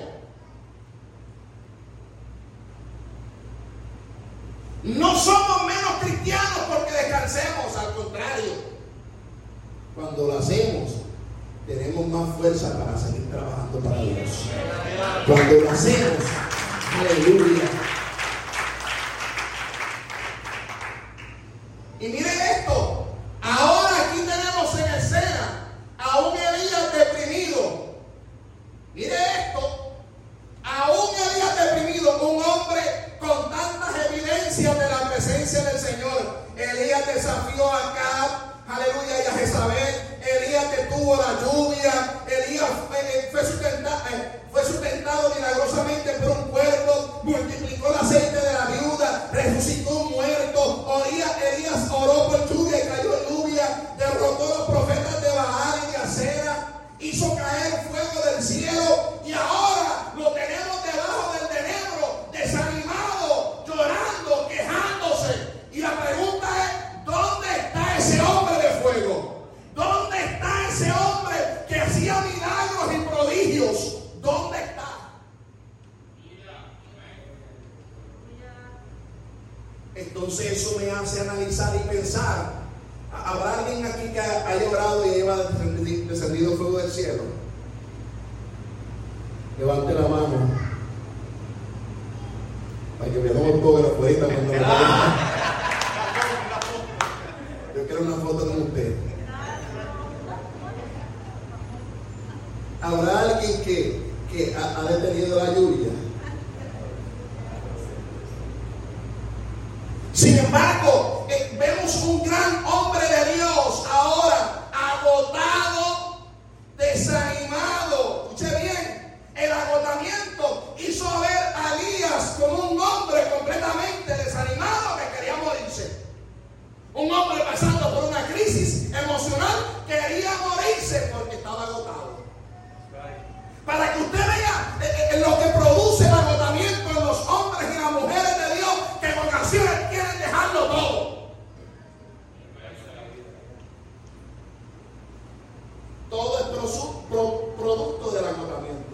No somos menos cristianos porque descansemos. Al contrario, cuando lo hacemos, tenemos más fuerza para seguir trabajando para Dios. Cuando lo hacemos, aleluya. Y miren esto, ahora aquí tenemos en escena a un Elías deprimido. Mire esto, a un Elías deprimido, un hombre con tantas evidencias de la presencia del Señor. Elías desafió a Acab, aleluya, y a Jezabel. Elías detuvo la lluvia. Elías fue sustentado, fue sustentado milagrosamente por un cuervo, multiplicó el aceite de la viuda, resucitó un muerto. Elías, Elías oró por lluvia y cayó lluvia, derrotó a los profetas de Baal y de Acera, hizo caer fuego del cielo, y ahora lo tenemos debajo del tenebro, desanimado, llorando, quejándose. Y la pregunta es, ¿dónde está ese hombre de fuego? ¿Dónde está ese hombre que hacía milagros y prodigios? ¿Dónde está? Entonces eso me hace analizar y pensar. ¿Habrá alguien aquí que haya orado y haya descendido fuego del cielo? Levante la mano para que vean un autógrafo ahorita cuando lo vean. Yo quiero una foto con usted. ¿Habrá alguien que, que ha, ha detenido la lluvia? Sin embargo, eh, vemos un gran hombre de Dios ahora agotado, desanimado. Escuche bien, el agotamiento hizo ver a Elías como un hombre completamente desanimado que quería morirse. Un hombre pasando por una crisis emocional, quería morirse porque estaba agotado. Para que usted vea eh, eh, lo que produce el agotamiento en los hombres y las mujeres de Dios, que en ocasiones quieren dejarlo todo. Todo es pro, pro, producto del agotamiento.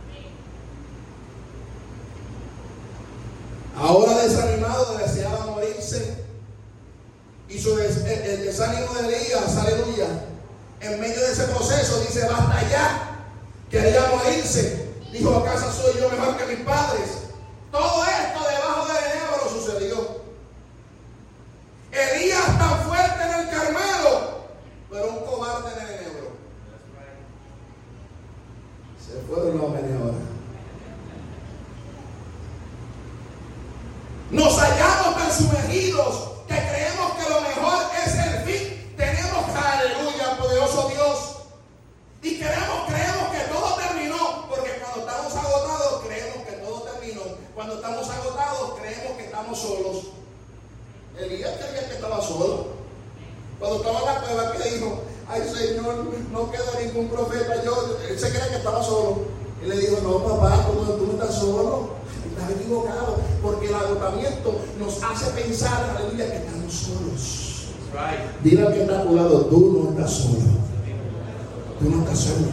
Ahora desanimado, deseaba morirse, hizo el, el, el desánimo de Elías, aleluya. En medio de ese proceso dice, basta ya. Quería morirse. Dijo, ¿acaso soy yo mejor que mis padres? Todo esto debajo del enebro sucedió. Elías tan fuerte en el Carmelo, pero un cobarde en el enebro. Se fueron los meneadores. Nos hallamos tan sumergidos que creemos que lo mejor es el fin. Tenemos, aleluya, poderoso Dios. Y queremos, creemos que todo terminó, porque cuando estamos agotados creemos que todo terminó. Cuando estamos agotados creemos que estamos solos. Elías creía que estaba solo. Cuando estaba en la cueva, que dijo, ay Señor, no queda ningún profeta. Yo, él se cree que estaba solo. Él le dijo, no papá, tú no, tú no estás solo. Estás equivocado, porque el agotamiento nos hace pensar, aleluya, que estamos solos. Right. Dile al que está a tu lado, tú no estás solo. Tú no estás solo.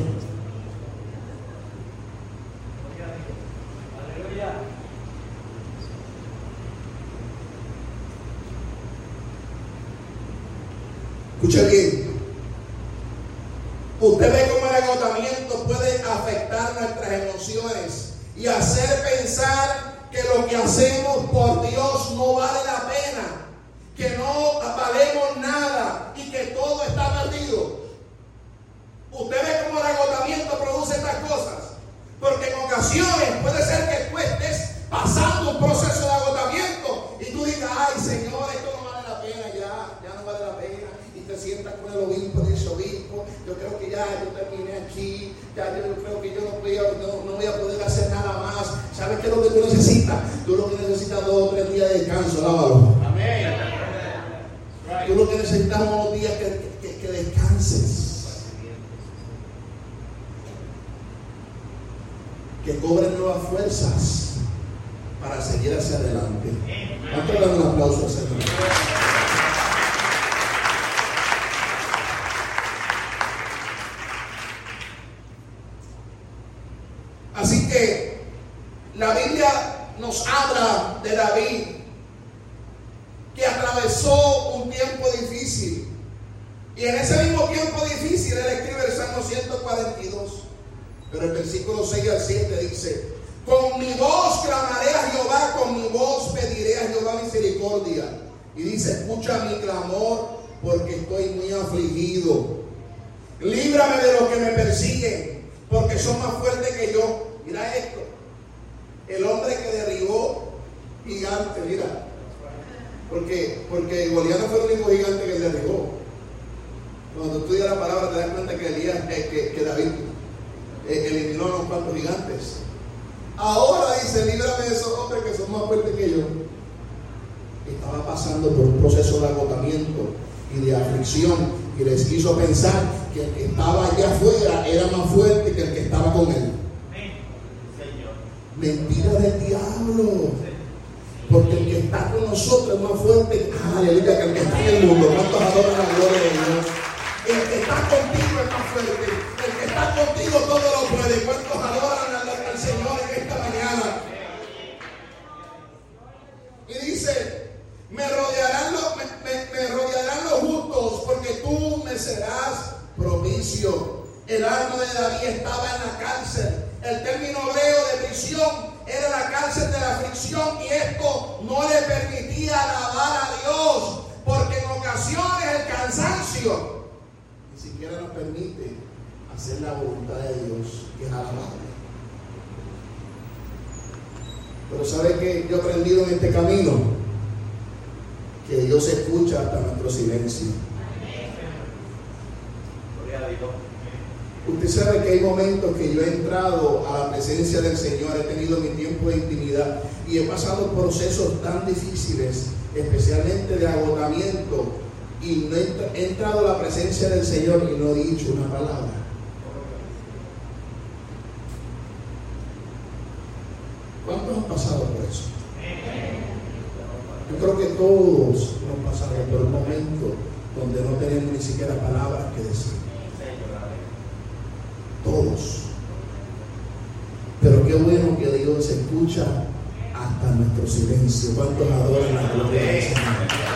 Escuche bien. Usted ve cómo el agotamiento puede afectar nuestras emociones y hacer pensar que lo que hacemos por Dios no vale la pena, que no valemos nada y que todo está perdido. Usted ve cómo el agotamiento produce estas cosas, porque en ocasiones puede ser que tú estés pasando un proceso de agotamiento y tú digas, ay Señor, esto no vale la pena, ya, ya no vale la pena, y te sientas con el obispo y dice, obispo, yo creo que ya yo terminé aquí, ya yo creo que yo no voy a, no, no voy a poder hacer nada más. ¿Sabes qué es lo que tú necesitas? Tú lo que necesitas dos o tres días de descanso, alábalo. Amén. Tú necesitamos unos días que, que, que descanses. Que cobren nuevas fuerzas para seguir hacia adelante. Vamos a dar un aplauso al Señor. Así que la Biblia nos habla de David, que atravesó un tiempo difícil, y en ese mismo tiempo difícil él escribe el Salmo ciento cuarenta y dos, pero el versículo seis al siete dice: con mi voz clamaré a Jehová, con mi voz pediré a Jehová misericordia. Y dice: escucha mi clamor, porque estoy muy afligido. Líbrame de los que me persiguen, porque son más fuertes que yo. Mira esto, el hombre que derribó gigante, mira, porque, porque Goliat no fue el único gigante que derribó. Cuando tú estudias la palabra te das cuenta que, Elías, eh, que, que David eh, eliminó a unos cuantos gigantes. Ahora dice: líbrame de esos hombres que son más fuertes que yo. Estaba pasando por un proceso de agotamiento y de aflicción, y les hizo pensar que el que estaba allá afuera era más fuerte que el que estaba con él. Mentira del diablo, porque el que está con nosotros es más fuerte, aleluya, que el que está en el mundo. ¿Cuántos adoran la gloria de Dios? El que está contigo es más fuerte, el que está contigo todo lo puede. ¿Cuántos adoran al, al Señor en esta mañana? Y dice: me rodearán los, me, me, me rodearán los justos, porque tú me serás propicio. El alma de David estaba en la cárcel. El término hebreo de prisión era la cárcel de la aflicción, y esto no le permitía alabar a Dios, porque en ocasiones el cansancio ni siquiera nos permite hacer la voluntad de Dios, que es alabarle. Pero ¿sabe qué yo he aprendido en este camino? Que Dios escucha hasta nuestro silencio. Gloria a Dios. Usted sabe que hay momentos que yo he entrado a la presencia del Señor, he tenido mi tiempo de intimidad y he pasado procesos tan difíciles, especialmente de agotamiento, y no he, he entrado a la presencia del Señor y no he dicho una palabra. ¿Cuántos han pasado por eso? Yo creo que todos hemos pasado por un momento donde no tenemos ni siquiera palabras que decir. Todos. Pero qué bueno que Dios escucha hasta nuestro silencio. ¿Cuántos adoran la gloria del Señor?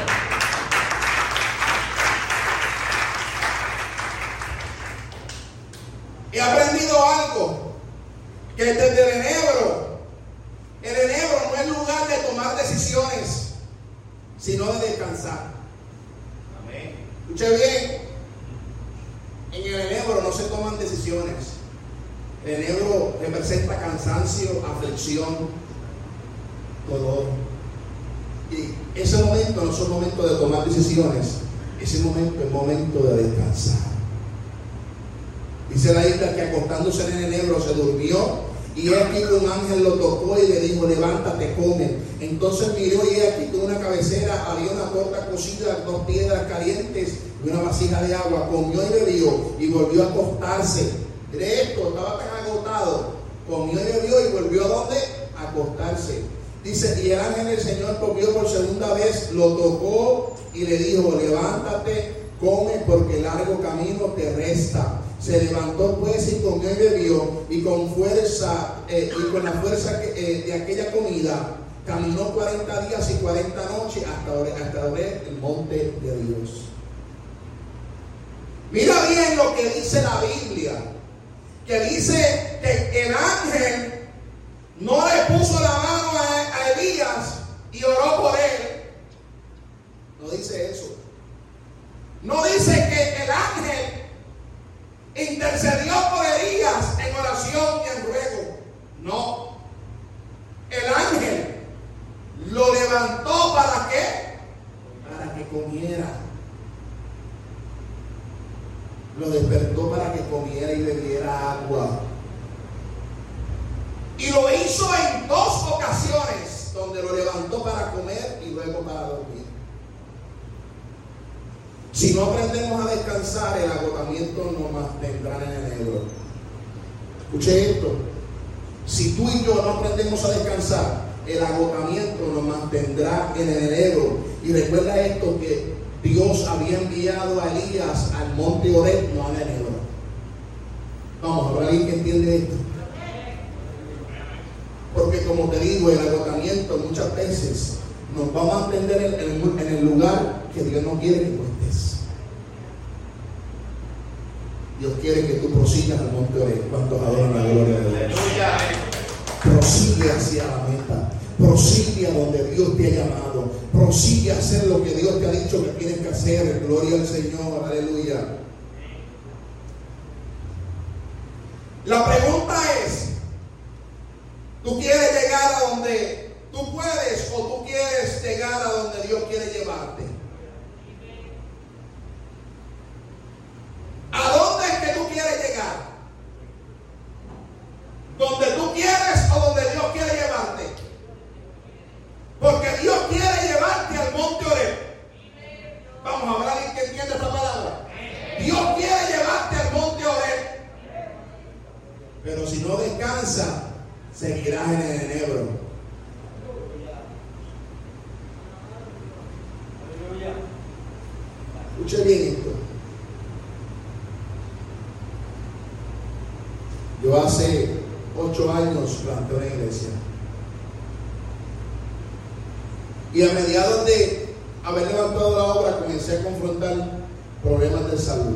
He aprendido algo, que desde el enebro, el enebro no es lugar de tomar decisiones, sino de descansar. Amén. Escuche bien. En el enebro no se toman decisiones. El enebro representa cansancio, aflicción, dolor. Y ese momento no es un momento de tomar decisiones, ese momento es momento de descansar. Dice la Biblia que acostándose en el enebro se durmió, y he aquí que un ángel lo tocó y le dijo: levántate, come. Entonces miró, y he aquí que en una cabecera había una torta cocida, dos piedras calientes y una vasija de agua. Comió y bebió y volvió a acostarse. Mire esto, estaba tan agotado. Comió y bebió y volvió a ¿dónde? A acostarse. Dice: y el ángel del Señor volvió por segunda vez, lo tocó y le dijo: levántate, come, porque largo camino te resta. Se levantó pues y comió y bebió, y con fuerza eh, y con la fuerza que, eh, de aquella comida caminó cuarenta días y cuarenta noches hasta, hasta ver el monte de Dios. Mira bien lo que dice la Biblia, que dice que el ángel no le puso la mano a, a Elías y oró por él. No dice eso. No dice que el ángel intercedió por Elías en oración y en ruego. No. El ángel lo levantó ¿para qué? Para que comiera. Lo despertó para que comiera y bebiera agua. Y lo hizo en dos ocasiones, donde lo levantó para comer y luego para dormir. Si no aprendemos a descansar, el agotamiento nos mantendrá en enero. Escuche esto. Si tú y yo no aprendemos a descansar, el agotamiento nos mantendrá en enero. Y recuerda esto, que Dios había enviado a Elías al monte Horeb, no a enero. Vamos, ¿habrá alguien que entiende esto? Porque como te digo, el agotamiento muchas veces nos va a mantener en el, en el lugar que Dios no quiere que tú estés. Dios quiere que tú prosigas al monte Horeb. ¿Cuántos adoran la gloria de Dios? Prosigue hacia la meta. Prosigue a donde Dios te ha llamado. Prosigue a hacer lo que Dios te ha dicho que tienes que hacer. Gloria al Señor. Aleluya. La pregunta es, ¿tú quieres llegar a donde tú puedes o tú quieres llegar a donde Dios quiere llevarte? ¿A dónde es que tú quieres llegar? ¿Donde tú quieres o donde Dios quiere llevarte? Porque Dios quiere llevarte al monte Horeb. Vamos a hablar alguien que entiende esta palabra. Dios quiere llevarte al monte Horeb. Pero si no descansa, seguirás en el enebro. Escuche bien esto. Yo hace ocho años planté una iglesia. Y a mediados de haber levantado la obra, comencé a confrontar problemas de salud.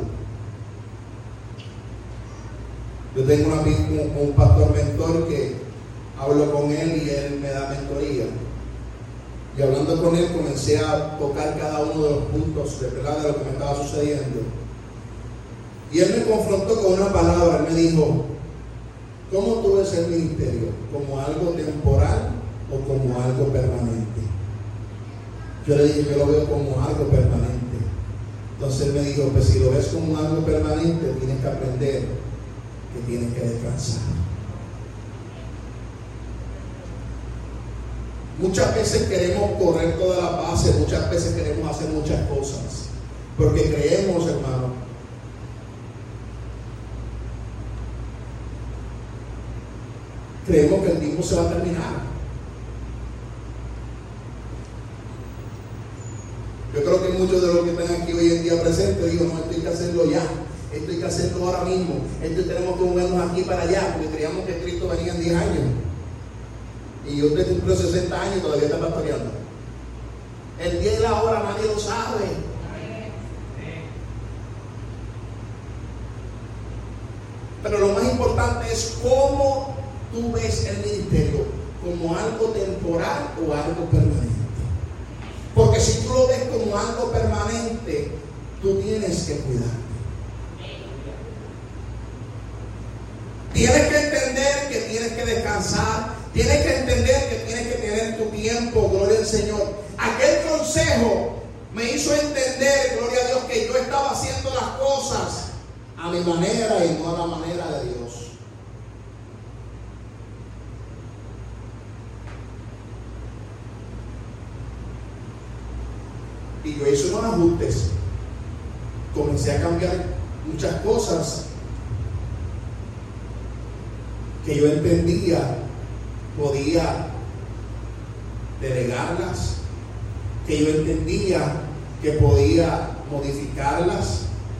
Yo tengo un amigo, un, un pastor mentor que hablo con él y él me da mentoría. Y hablando con él comencé a tocar cada uno de los puntos de, ¿verdad?, de lo que me estaba sucediendo. Y él me confrontó con una palabra. Él me dijo: ¿cómo tú ves el ministerio? ¿Como algo temporal o como algo permanente? Yo le dije: yo lo veo como algo permanente. Entonces él me dijo: pues si lo ves como algo permanente, tienes que aprender que tienes que descansar. Muchas veces queremos correr toda la base, muchas veces queremos hacer muchas cosas, porque creemos, hermano, creemos que el tiempo se va a terminar. Yo creo que muchos de los que están aquí hoy en día presentes digo: no, esto hay que hacerlo ya, esto hay que hacerlo ahora mismo, esto tenemos que movernos aquí para allá, porque creíamos que Cristo venía en diez años. Y yo te cumplo sesenta años y todavía está pastoreando. El día y la hora nadie lo sabe. Pero lo más importante es cómo tú ves el ministerio, como algo temporal o algo permanente. Porque si tú lo ves como algo permanente, tú tienes que cuidarte. Tienes que entender que tienes que descansar. Tienes que entender que tienes que tener tu tiempo. Gloria al Señor. Aquel consejo me hizo entender, gloria a Dios, que yo estaba haciendo las cosas a mi manera y no a la manera de Dios. Y yo hice unos ajustes. Comencé a cambiar muchas cosas que yo entendía podía delegarlas, que yo entendía que podía modificarlas.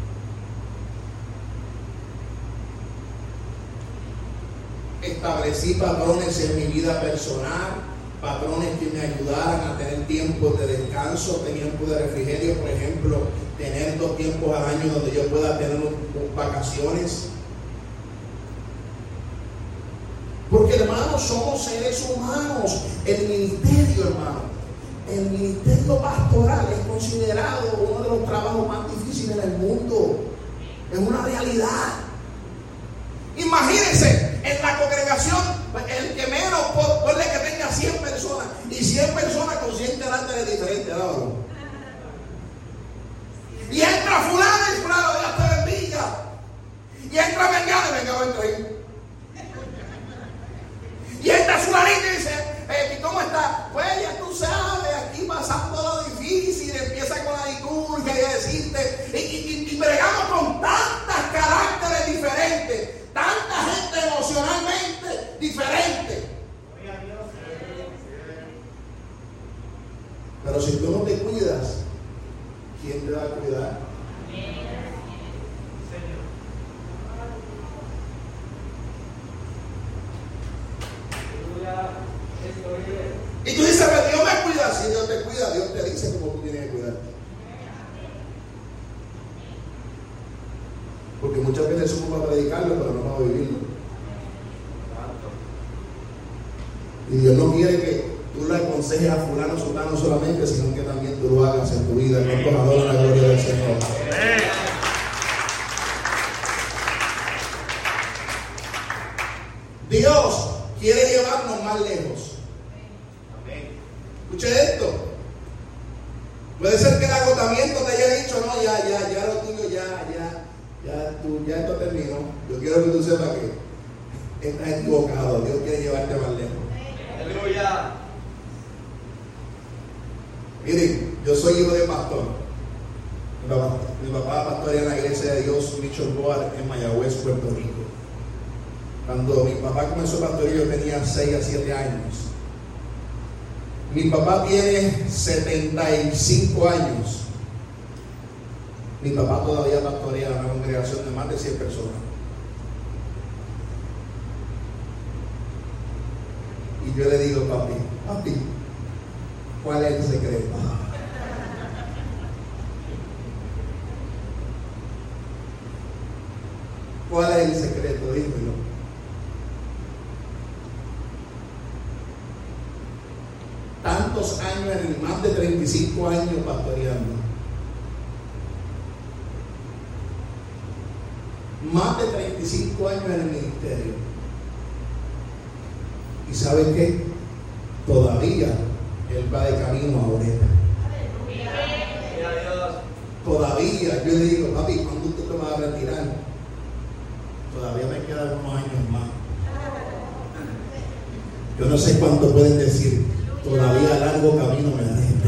Establecí patrones en mi vida personal, patrones que me ayudaran a tener tiempos de descanso, tiempos de refrigerio, por ejemplo, tener dos tiempos al año donde yo pueda tener vacaciones. Porque, hermanos, somos seres humanos. El ministerio, hermano, el ministerio pastoral es considerado uno de los trabajos más difíciles del mundo. Es una realidad. Imagínense, en la congregación, el que menos puede que tenga cien personas, y cien personas con cien caracteres diferentes, ¿no? Y entra fulano y fulano, Dios te bendiga. Y entra Mengano y Mengano entra ahí. Y entra fulanito y dice: eh, ¿cómo está? Pues ya tú sabes, aquí pasando lo difícil, empieza con la liturgia y decirte, y, y, y bregamos con tantos caracteres diferentes, tanta gente emocionalmente diferente. Pero si tú no te cuidas, ¿quién te va a cuidar? Y tú dices, pero Dios me cuida. Si Dios te cuida, Dios te dice cómo tú tienes que cuidar. Porque muchas veces somos para predicarlo, pero no para vivirlo. Y Dios no quiere que tú le aconsejes a fulano sultano solamente, sino que también tú lo hagas en tu vida. ¿Cuántos adoran la gloria del Señor? Dios quiere llevarnos más lejos. Escuche esto. Puede ser que el agotamiento te haya dicho, no, ya, ya, ya lo tuyo, ya, ya, ya, tú, ya esto terminó. Yo quiero que tú sepas que estás equivocado. Dios quiere llevarte más lejos. Aleluya. Miren, yo soy hijo de pastor. Mi papá, mi papá pastorea en la iglesia de Dios Mission Board en Mayagüez, Puerto Rico. Cuando mi papá comenzó a pastorear, yo tenía seis a siete años. Mi papá tiene setenta y cinco años. Mi papá todavía pastorea una congregación de más de cien personas. Y yo le digo, papi, papi, ¿cuál es el secreto? ¿Cuál es el secreto? Dímelo. Tantos años, en más de treinta y cinco años pastoreando. Más de treinta y cinco años en el ministerio. ¿Y saben qué? Todavía él va de camino a Oreta. Todavía yo le digo, papi, ¿cuándo usted te va a retirar? Todavía me quedan unos años más. Yo no sé cuánto pueden decir. Todavía largo camino me resta.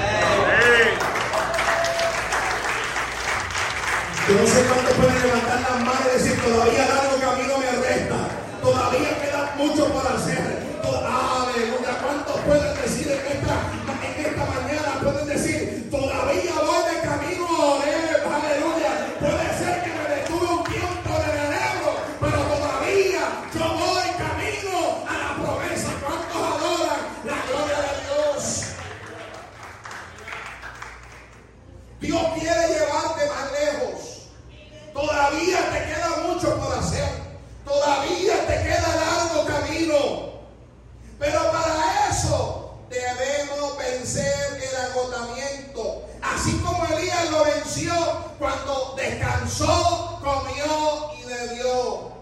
Yo no sé cuánto pueden levantar las manos y decir, todavía largo camino me resta. Todavía queda mucho por hacer. Aleluya. ¿Cuántos pueden decir en esta, en esta mañana? Pueden decir, todavía voy de camino a Oreb. Aleluya. Puede ser que me detuve un tiempo de enero, pero todavía yo voy camino a la promesa. ¿Cuántos adoran la gloria de Dios? Dios quiere llevarte más lejos. Todavía te queda mucho por hacer. Todavía te queda largo camino. Pero para eso debemos vencer el agotamiento. Así como Elías lo venció cuando descansó, comió y bebió.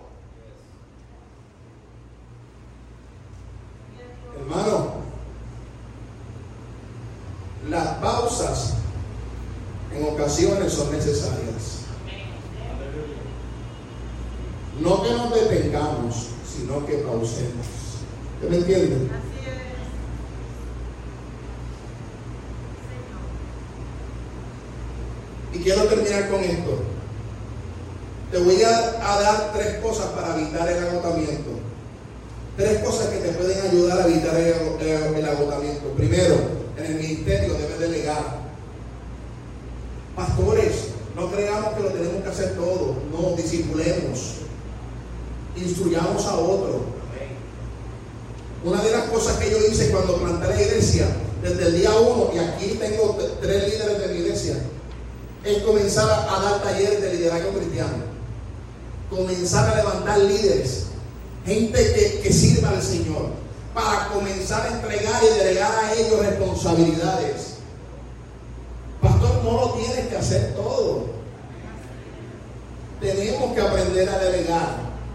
Hermano, las pausas en ocasiones son necesarias. No que nos detengamos, sino que pausemos. ¿Usted me entiende? Y quiero terminar con esto. Te voy a, a dar tres cosas para evitar el agotamiento. Tres cosas que te pueden ayudar a evitar el, el, el agotamiento. Primero, en el ministerio debes delegar. Pastores, no creamos que lo tenemos que hacer todo. No, discipulemos. Instruyamos a otro. Una de las cosas que yo hice cuando planté la iglesia, desde el día uno, y aquí tengo tres líderes de mi iglesia, es comenzar a dar talleres de liderazgo cristiano. Comenzar a levantar líderes, gente que, que sirva al Señor, para comenzar a entregar y delegar a ellos responsabilidades. Pastor, no lo tienes que hacer todo. Tenemos que aprender a delegar.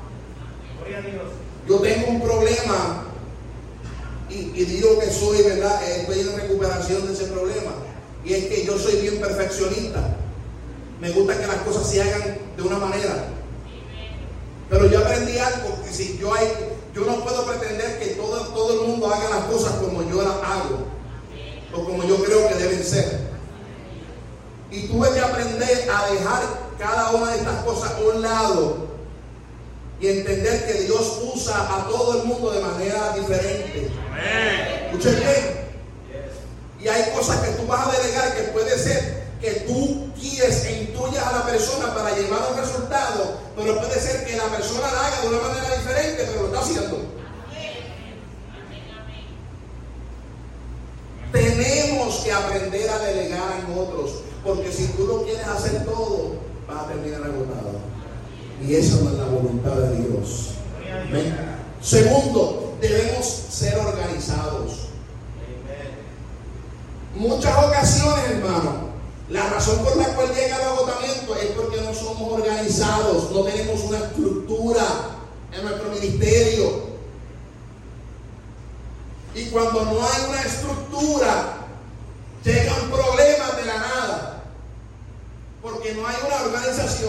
Yo tengo un problema y, y digo que soy, ¿verdad? Estoy en recuperación de ese problema. Y es que yo soy bien perfeccionista. Me gusta que las cosas se hagan de una manera. Pero yo aprendí algo, que si yo hay, yo no puedo pretender que todo, todo el mundo haga las cosas como yo las hago o como yo creo que deben ser. Y tuve que a dejar cada una de estas cosas a un lado y entender que Dios usa a todo el mundo de manera diferente. Escuchen bien. Y hay cosas que tú vas a delegar que puede ser que tú guíes e intuyas a la persona para llevar un resultado, pero puede ser que la persona la haga de una manera diferente, pero lo está haciendo. Tenemos que aprender a delegar en otros, porque si tú lo quieres hacer todo, vas a terminar agotado. Y esa no es la voluntad de Dios. ¿Ven? Segundo, debemos ser organizados. Muchas ocasiones, hermano, la razón por la cual llega el agotamiento es porque no somos organizados, no tenemos una estructura en nuestro ministerio. Y cuando no hay una estructura, llegan problemas de la nada, porque no hay una organización.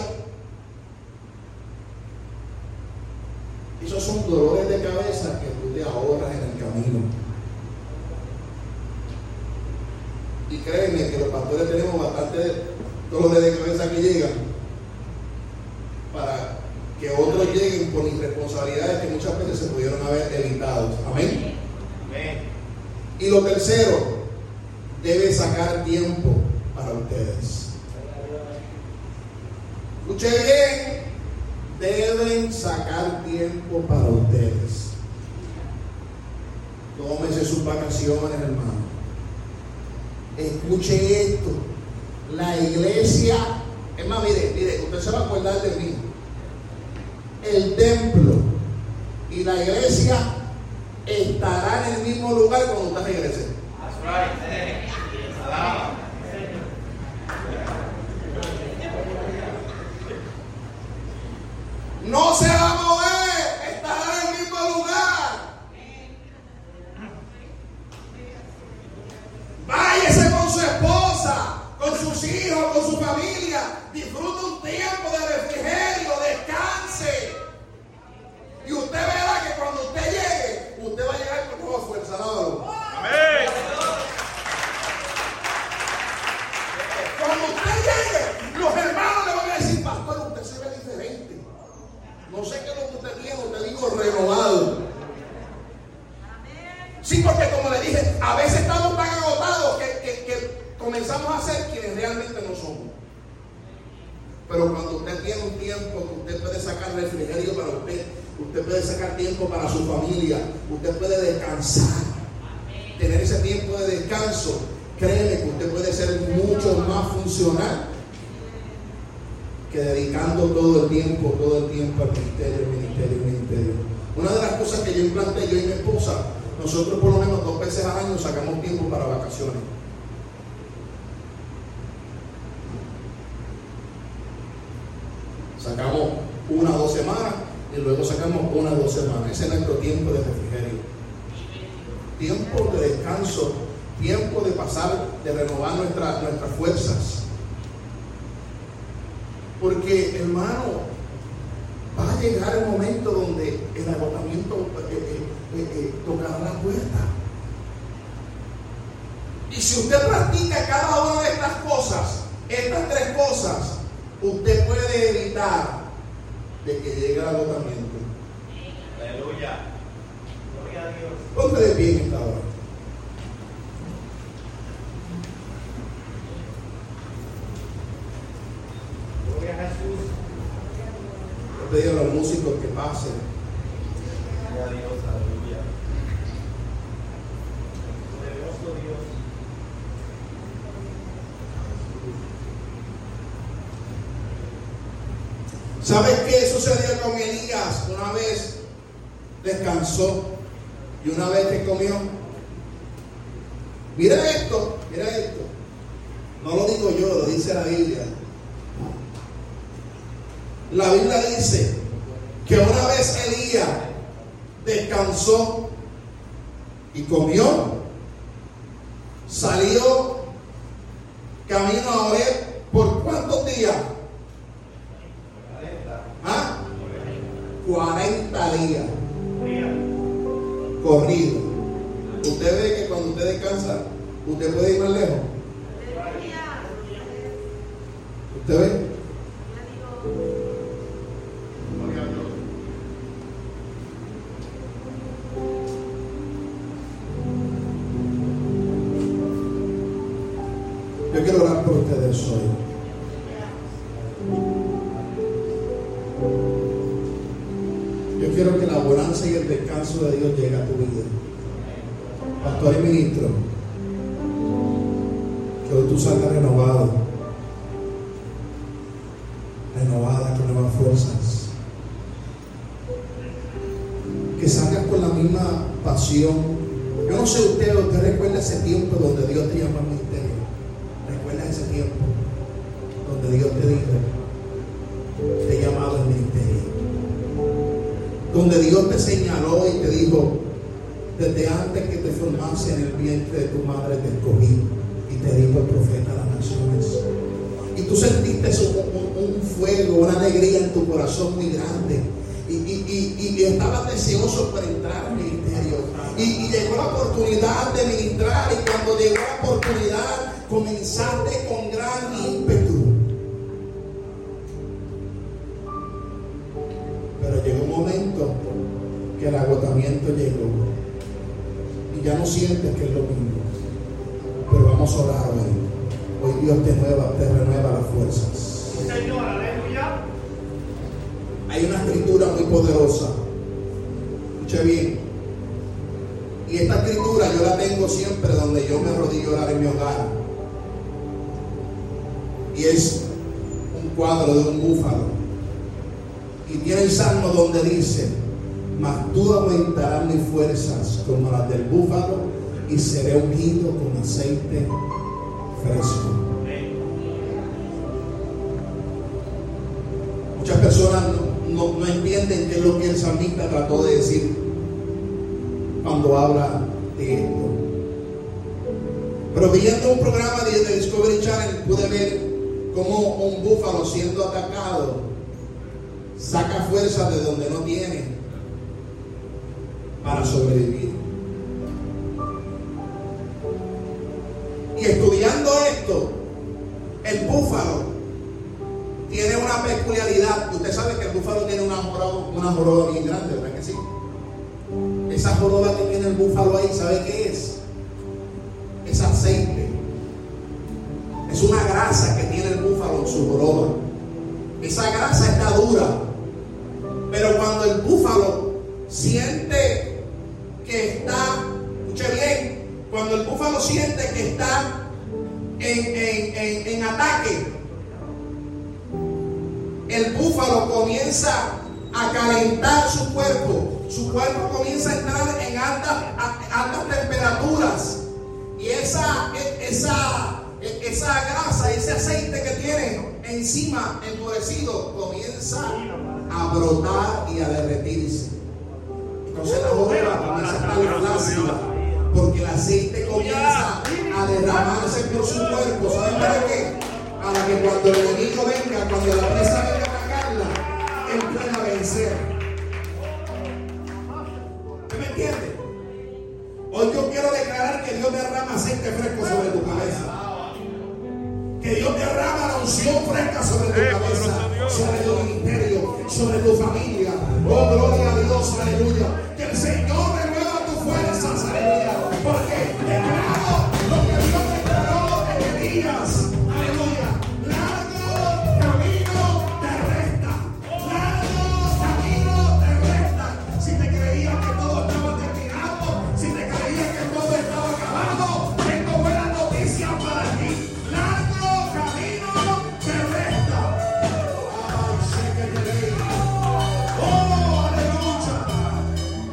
Esos son dolores de cabeza que tú te ahorras en el camino. Y créeme que los pastores tenemos bastante dolores de cabeza que llegan para que otros lleguen con irresponsabilidades que muchas veces se pudieron haber evitado. Amén. Amén. Y lo tercero, debe sacar tiempo para ustedes. Escuche bien, deben sacar tiempo para ustedes. Tómense sus vacaciones, hermano. Escuche esto. La iglesia, es más, mire, mire, usted se va a acordar de mí. El templo y la iglesia estarán en el mismo lugar cuando usted regrese. That's right. No se va a mover, estará en el mismo lugar. Váyase con su esposa, con sus hijos, con su familia. Disfrute un tiempo de refrigerio, descanse. Y usted verá que cuando usted llegue, usted va a llegar con nueva fuerza. ¿No? Amén. Cuando usted llegue, los hermanos le van a decir: pastor, usted se ve diferente. No sé qué es lo que usted tiene, usted digo renovado. Sí, porque como le dije, a veces estamos tan agotados que, que, que comenzamos a ser quienes realmente no somos. Pero cuando usted tiene un tiempo que usted puede sacar refrigerio para usted, usted puede sacar tiempo para su familia, usted puede descansar, tener ese tiempo de descanso, créeme que usted puede ser mucho más funcional que dedicando todo el tiempo, todo el tiempo al ministerio, ministerio, ministerio. Una de las cosas que yo implanté, yo y mi esposa, nosotros por lo menos dos veces al año sacamos tiempo para vacaciones. Sacamos una o dos semanas y luego sacamos una o dos semanas. Ese es nuestro tiempo de refrigerio. Tiempo de descanso, tiempo de pasar, de renovar nuestra, nuestras fuerzas. Porque, hermano, va a llegar el momento donde el agotamiento eh, eh, eh, eh, tocará la puerta. Y si usted practica cada una de estas cosas, estas tres cosas, usted puede evitar de que llegue el agotamiento. Aleluya. Gloria a Dios. Ponte de pie en esta hora. Gloria a Jesús. Yo pedí a los músicos que pasen. Gloria a Dios, aleluya. Poderoso Dios. ¿Sabes qué sucedió con Elías? Una vez descansó y una vez que comió. Mira esto, mira esto. No lo digo yo, lo dice la Biblia. La Biblia dice que una vez Elías descansó y comió, salió camino a Oreb. ¿Por cuántos días? ¿Ah? cuarenta días corrido. Usted ve que cuando usted descansa, usted puede ir más lejos. ¿Usted ve? Yo quiero orar por ustedes hoy. Yo quiero que la bonanza y el descanso de Dios llegue a tu vida. Pastor y ministro, que hoy tú salgas renovado, renovada con nuevas fuerzas. Que salgas con la misma pasión. Yo no sé usted, usted recuerda ese tiempo donde Dios te llamó al ministerio. Recuerda ese tiempo donde Dios te dijo, te he llamado al ministerio. Donde Dios te señaló y te dijo, desde antes que te formase en el vientre de tu madre te escogí y te dijo el profeta a las naciones. Y tú sentiste un, un, un fuego, una alegría en tu corazón muy grande. Y, y, y, y estabas deseoso por entrar al ministerio. Y, y llegó la oportunidad de ministrar. Y cuando llegó la oportunidad, comenzaste con gran ímpetu. Pero llegó un momento que el agotamiento llegó. Y ya no sientes que es lo mismo. Pero vamos a orar hoy. Hoy Dios te renueva, te renueva las fuerzas. Señor, aleluya. Hay una escritura muy poderosa. Escuche bien. Y esta escritura yo la tengo siempre donde yo me arrodillo a orar en mi hogar. Y es un cuadro de un búfalo. Y tiene el salmo donde dice: mas tú aumentarás mis fuerzas como las del búfalo y seré ungido con aceite fresco. Muchas personas no, no, no entienden qué es lo que el salmista trató de decir cuando habla de esto. Pero viendo un programa de, de Discovery Channel pude ver cómo un búfalo siendo atacado saca fuerza de donde no tiene para sobrevivir. Y estudiando esto, el búfalo tiene una peculiaridad. Usted sabe que el búfalo tiene una joroba, una joroba bien grande, ¿verdad que sí? Esa joroba que tiene el búfalo ahí, ¿sabe qué es? Es aceite. Es una grasa que tiene el búfalo en su joroba. Esa grasa está dura. Pero cuando el búfalo siente que está, escuche bien, cuando el búfalo siente que está en, en, en, en ataque, el búfalo comienza a calentar su cuerpo. Su cuerpo comienza a entrar en altas, altas temperaturas. Y esa, esa, esa grasa, ese aceite que tiene encima endurecido, comienza a brotar y a derretirse. Entonces la joroba comienza a estar flácida, porque el aceite comienza a derramarse por su cuerpo. ¿Saben para qué? Para que cuando el enemigo venga, cuando la presa venga a atacarla, él pueda vencer. ¿Usted me entiende? Hoy yo quiero declarar que Dios derrama aceite fresco sobre tu cabeza. Que Dios derrama la unción fresca sobre tu cabeza, sobre tu ministerio, sobre tu familia. Oh, gloria a Dios, aleluya. Que el Señor renueva tus fuerzas, aleluya. Porque declaro lo que Dios declaró en Elías, aleluya. Largo camino te resta. Largo camino te resta. Si te creías que todo estaba terminado, si te creías que todo estaba acabado, tengo buenas noticias para ti. Largo camino te resta. Ay, sé que te leí. Oh, aleluya.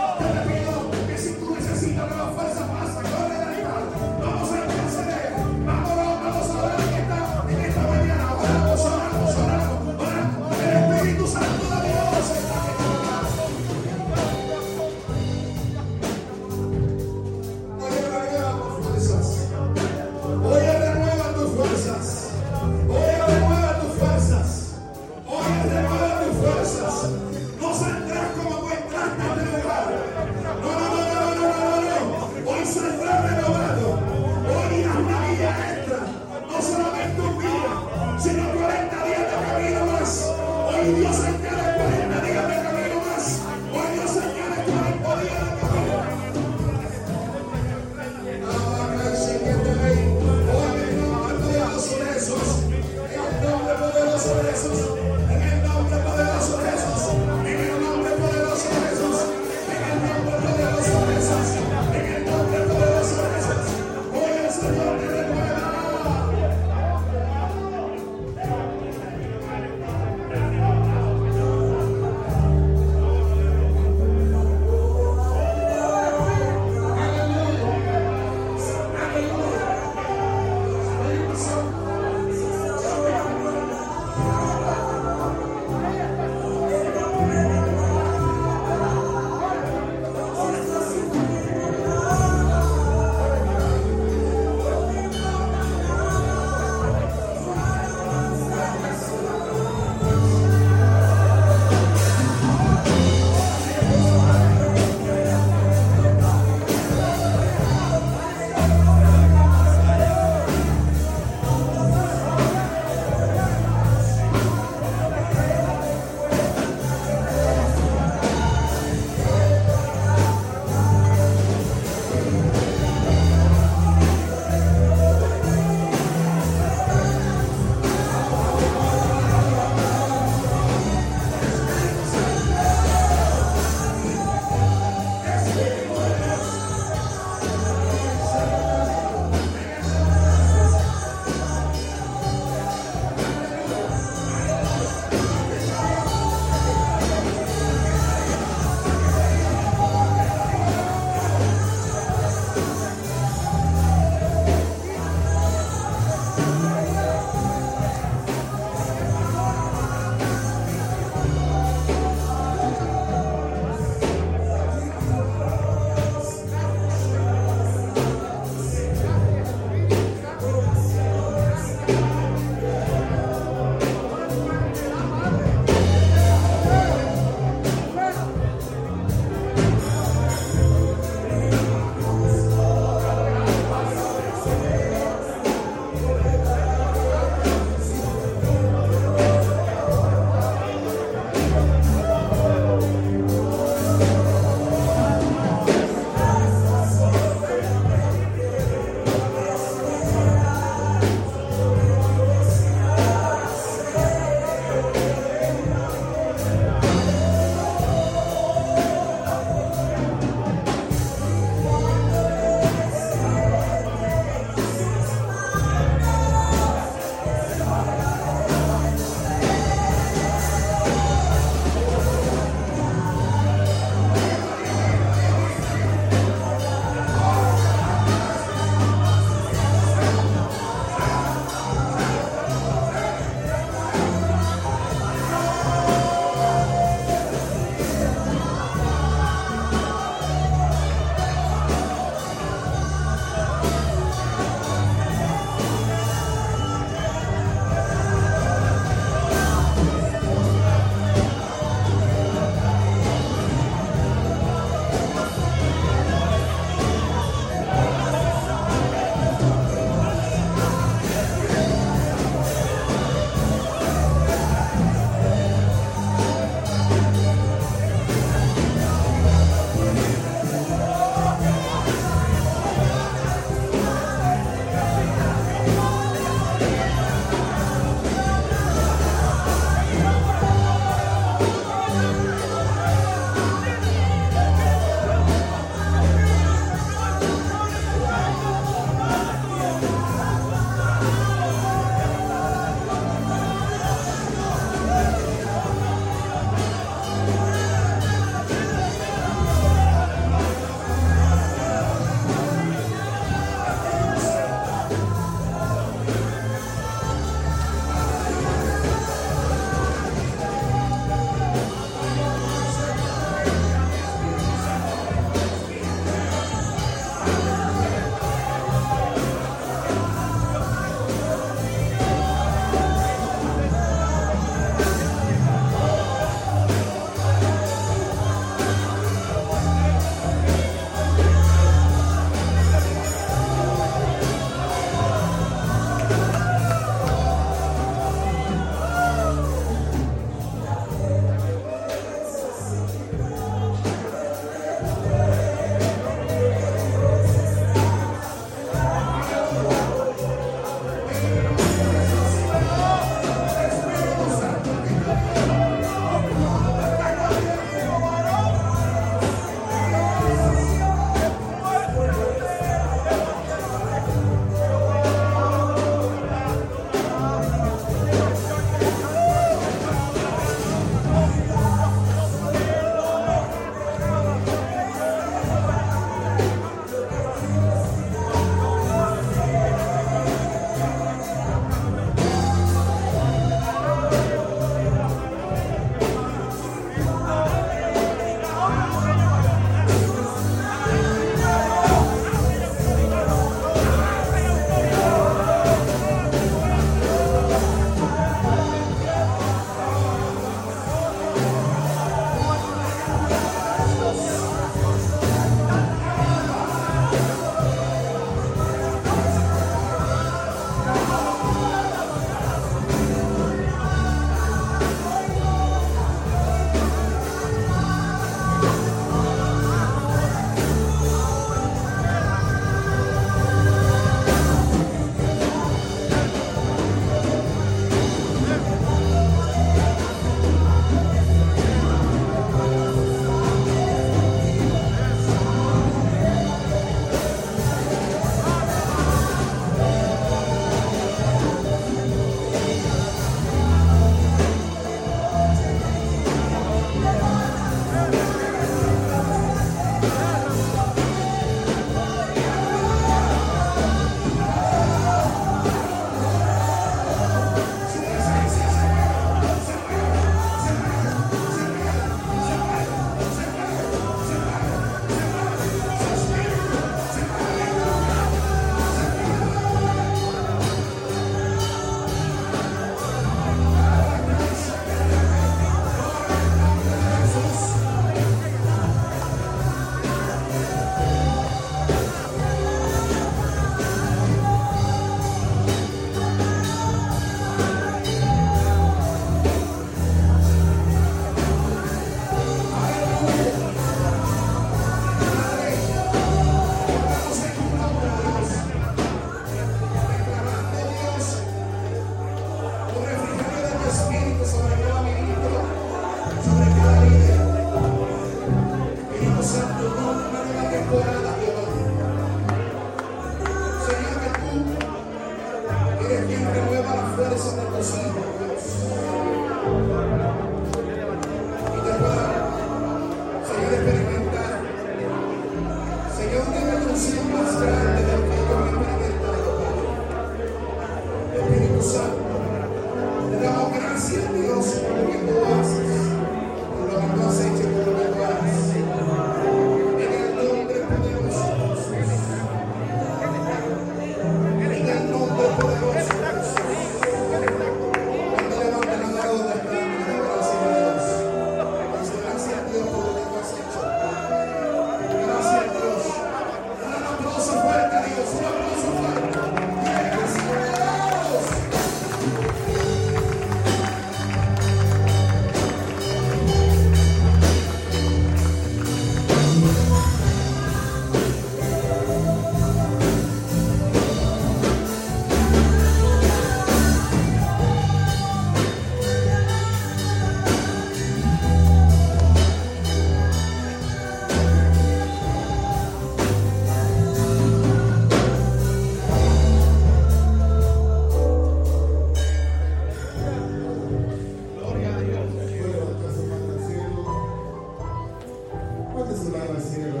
levante su mano al cielo.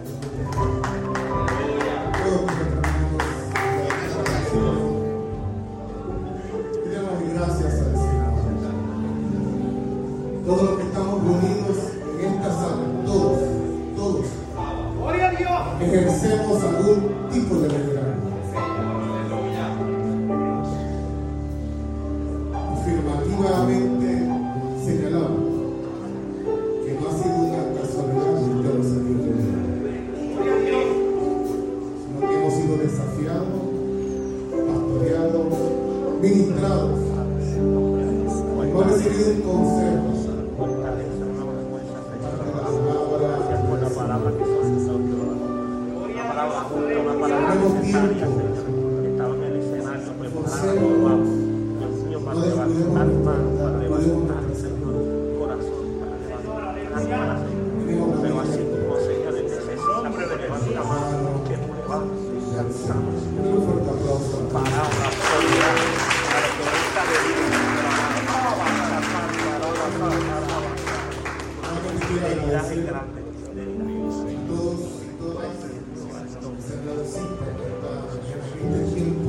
Todos nuestros hermanos, y demos gracias al Señor. Todos los que estamos reunidos en esta sala, todos, todos, ejercemos algún tipo de liderazgo. Afirmativamente señalamos que no ha sido una casualidad que Dios nos ha ayudado, sino que hemos sido desafiados, pastoreados, ministrados. Hemos recibido un consejo. Tenemos tiempo. Esforcémonos. No descuidemos nuestra Señor corazón para levantar las manos. Pero así como Señor necesita levantar la mano que tú levantes y alzamos. Un fuerte aplauso. Palabra sólida para que esta bebida grande. Todos y todas se agradecen en este tiempo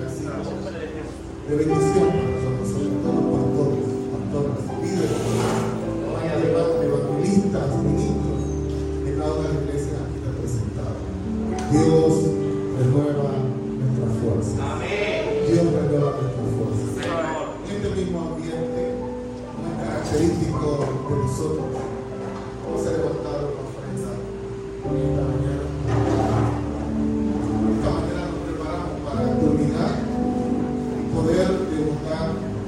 de bendición para nosotros, sobre todo pastores, pastoras, líderes, además evangelistas, ministros de cada una de las iglesias aquí representadas. Dios renueva nuestra fuerza. Dios renueva nuestra fuerza. En este mismo ambiente, muy característico de nosotros, vamos a levantar una ofrenda esta mañana. Esta mañana nos preparamos para culminar poder degustar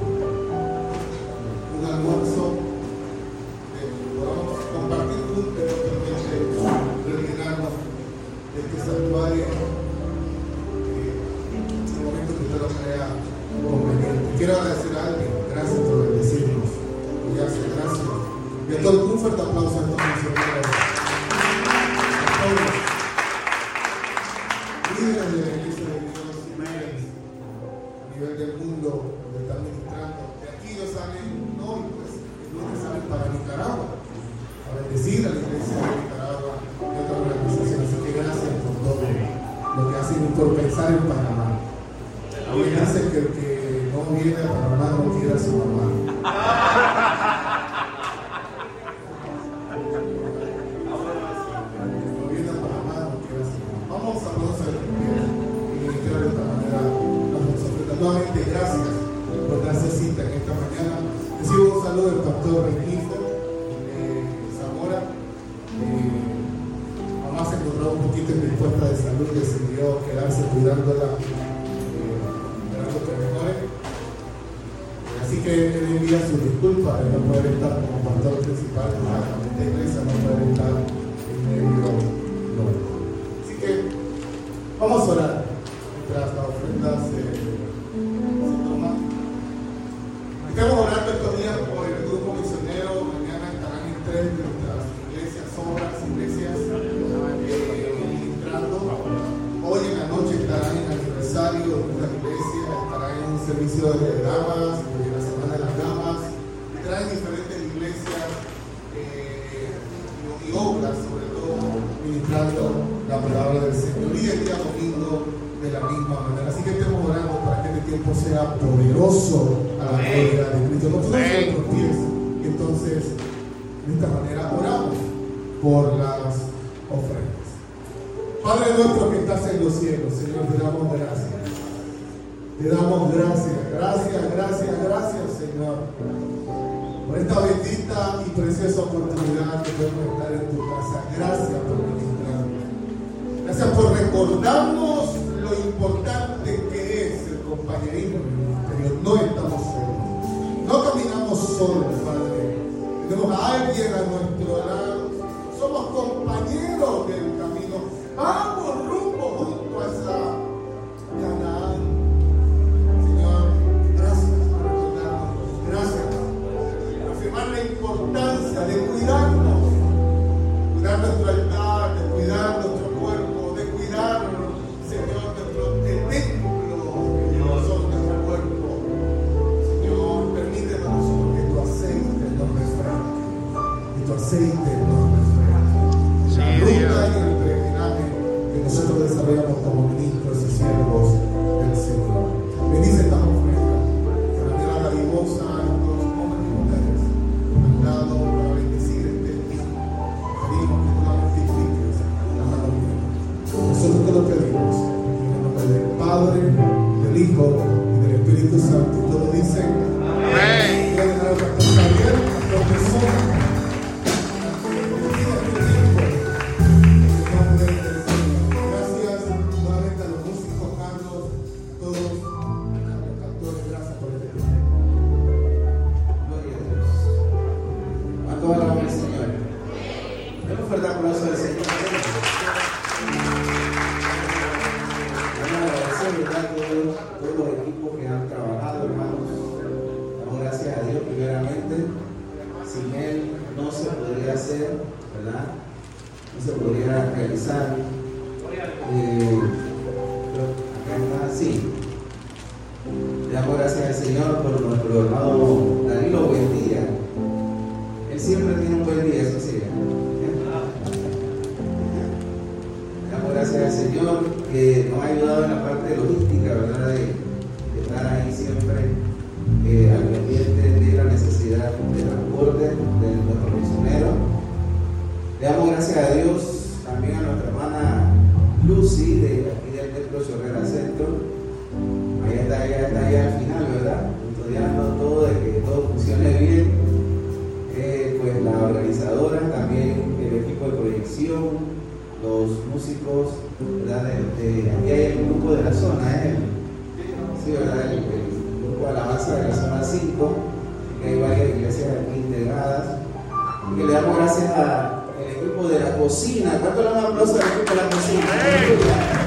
un almuerzo que podamos compartir juntos, pero también retirarnos de este santuario en el momento que usted lo crea conveniente. Quiero agradecer a alguien, gracias por bendecirnos, y hace gracias. Y a todos un fuerte aplauso a estos misioneros, a todos líderes de la iglesia de Dios y líderes a nivel del mundo donde están ministrando. De aquí ellos salen, no, pues, ellos salen para Nicaragua, a bendecir a la iglesia de Nicaragua y otras organizaciones. Así que gracias por todo lo que hacen y por pensar en Panamá. A mí me hace que el que no viene a Panamá no quiera a su mamá. No viene a Panamá no quiera a su mamá. Vamos a todos a responder y ministrar de esta manera. Nuevamente, gracias por darse cita en esta mañana. Recibo un saludo del pastor Rengifo eh, Zamora. Eh, mamá se encontraba un poquito indispuesta de salud, decidió quedarse cuidándola, eh, esperando que mejore. Eh, así que él envía sus disculpas de no poder estar como pastor principal de la iglesia, no poder estar en medio nuevo. Así que vamos a orar mientras las ofrendas se Estamos orando estos días por el grupo misionero. Mañana estarán en tres de nuestras iglesias, obras, iglesias, eh, ministrando. Hoy en la noche estarán en aniversario de nuestras iglesias, estarán en un servicio de damas, de la Semana de las Damas, estarán en diferentes iglesias eh, y obras, sobre todo ministrando la palabra del Señor. Y el día domingo de la misma manera. Así que estemos orando para que este tiempo sea poderoso a la gloria de Cristo. No podemos nuestros pies. Y entonces, de esta manera, oramos por las ofrendas. Padre nuestro que estás en los cielos, Señor, te damos gracias. Te damos gracias, gracias, gracias, gracias, Señor, por esta bendita y preciosa oportunidad que podemos estar en tu casa. Gracias por ministrar. Gracias por recordarnos lo importante que es el compañerismo en el ministerio. No estamos solos, no caminamos solos, Padre. Tenemos a alguien a nuestro lado, somos compañeros del camino. Vamos rumbo junto a esa Canaán. Señor, gracias por recordarnos, gracias por afirmar la importancia de cuidarnos, cuidar nuestro altar, de cuidar nuestro cuerpo, de cuidar, Señor, nuestro el templo que nosotros, nuestro cuerpo. Señor, permítenos que tu aceite nos refresque, que tu aceite un fuerte aplauso al Señor. Vamos a agradecer, ¿verdad?, todos, todos los equipos que han trabajado, hermanos. Damos gracias a Dios primeramente. Sin Él no se podría hacer, ¿verdad? No se podría realizar. Eh, acá está, sí. Le damos gracias al Señor por nuestro hermano Danilo Buendía. Él siempre tiene un buen día, eso sí. Le damos gracias al Señor que nos ha ayudado en la parte logística, ¿verdad? De, de estar ahí siempre eh, al pendiente de la necesidad de transporte de nuestros misioneros. Le damos gracias a Dios también a nuestra hermana Lucy de aquí del Templo Chorrera Centro. Ahí está, ella está allá al final, ¿verdad? Estudiando todo, de que todo funcione bien. Eh, pues la organizadora, también el equipo de proyección, los músicos, ¿verdad? De, de, aquí hay el grupo de la zona, ¿eh? Sí, ¿verdad? El, el grupo de alabanza de la zona cinco, que hay varias iglesias aquí integradas. Y que le damos gracias al equipo de la cocina. ¿Cuánto le damos un aplauso al equipo de la cocina? ¡Hey!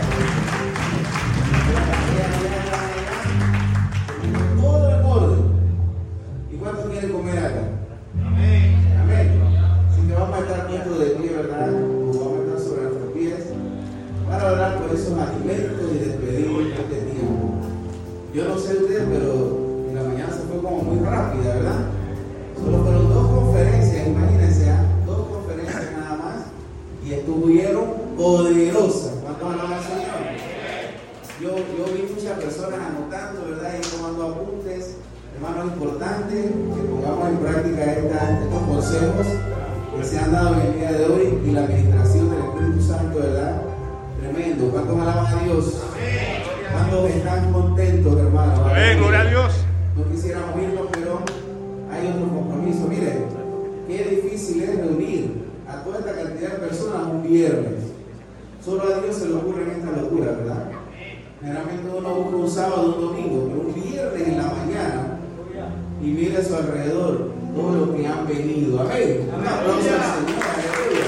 Quieren comer acá. Amén. Amén. Así que vamos a estar juntos de pie, ¿verdad? O vamos a estar sobre nuestros pies para orar por esos alimentos y despedir este tiempo. Yo no sé ustedes, pero en la mañana se fue como muy rápida, ¿verdad? Solo fueron dos conferencias, imagínense, ¿eh? Dos conferencias nada más y estuvieron poderosas. ¿Cuánto alaban al Señor? Yo, yo vi muchas personas anotando, ¿verdad? Y tomando apuntes. Hermano, es importante que pongamos en práctica esta, estos consejos que se han dado en el día de hoy y la administración del Espíritu Santo, ¿verdad? Tremendo. ¿Cuántos alaban a Dios? ¿Cuántos están contentos, hermano? Amén, gloria a Dios. No quisiéramos irnos, pero hay otro compromiso. Mire, qué difícil es reunir a toda esta cantidad de personas un viernes. Solo a Dios se le ocurre en esta locura, ¿verdad? Generalmente uno busca un sábado o un domingo, pero un viernes en la mañana y mire a su alrededor todo lo que han venido. Amén. Un aplauso al Señor. Aleluya.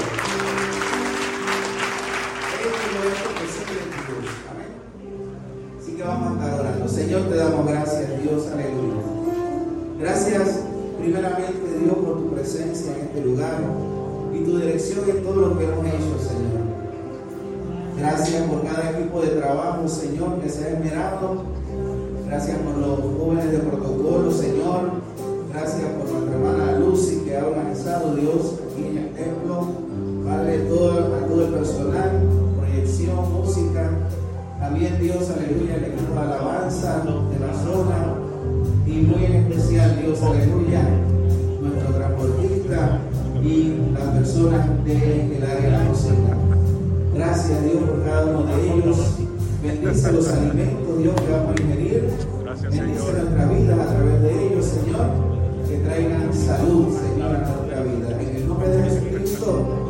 Amén. Así que vamos a estar orando. Señor, te damos gracias, Dios. Aleluya. Gracias primeramente, Dios, por tu presencia en este lugar y tu dirección en todo lo que hemos hecho, Señor. Gracias por cada equipo de trabajo, Señor, que se ha esmerado. Gracias por los jóvenes de protocolo, Señor. Gracias por nuestra hermana Lucy, que ha organizado, Dios, aquí en el templo. Padre, todo, a todo el personal, proyección, música. También, Dios, aleluya, el equipo de alabanza de la zona. Y muy en especial, Dios, aleluya, nuestro transportista y las personas del área de la cocina. Gracias, Dios, por cada uno de ellos. Bendice los alimentos, Dios, que vamos a ingerir. Gracias, Bendice Señor. nuestra vida a través de ellos, Señor. Que traigan salud, Señor, a nuestra vida. En el nombre de Jesucristo.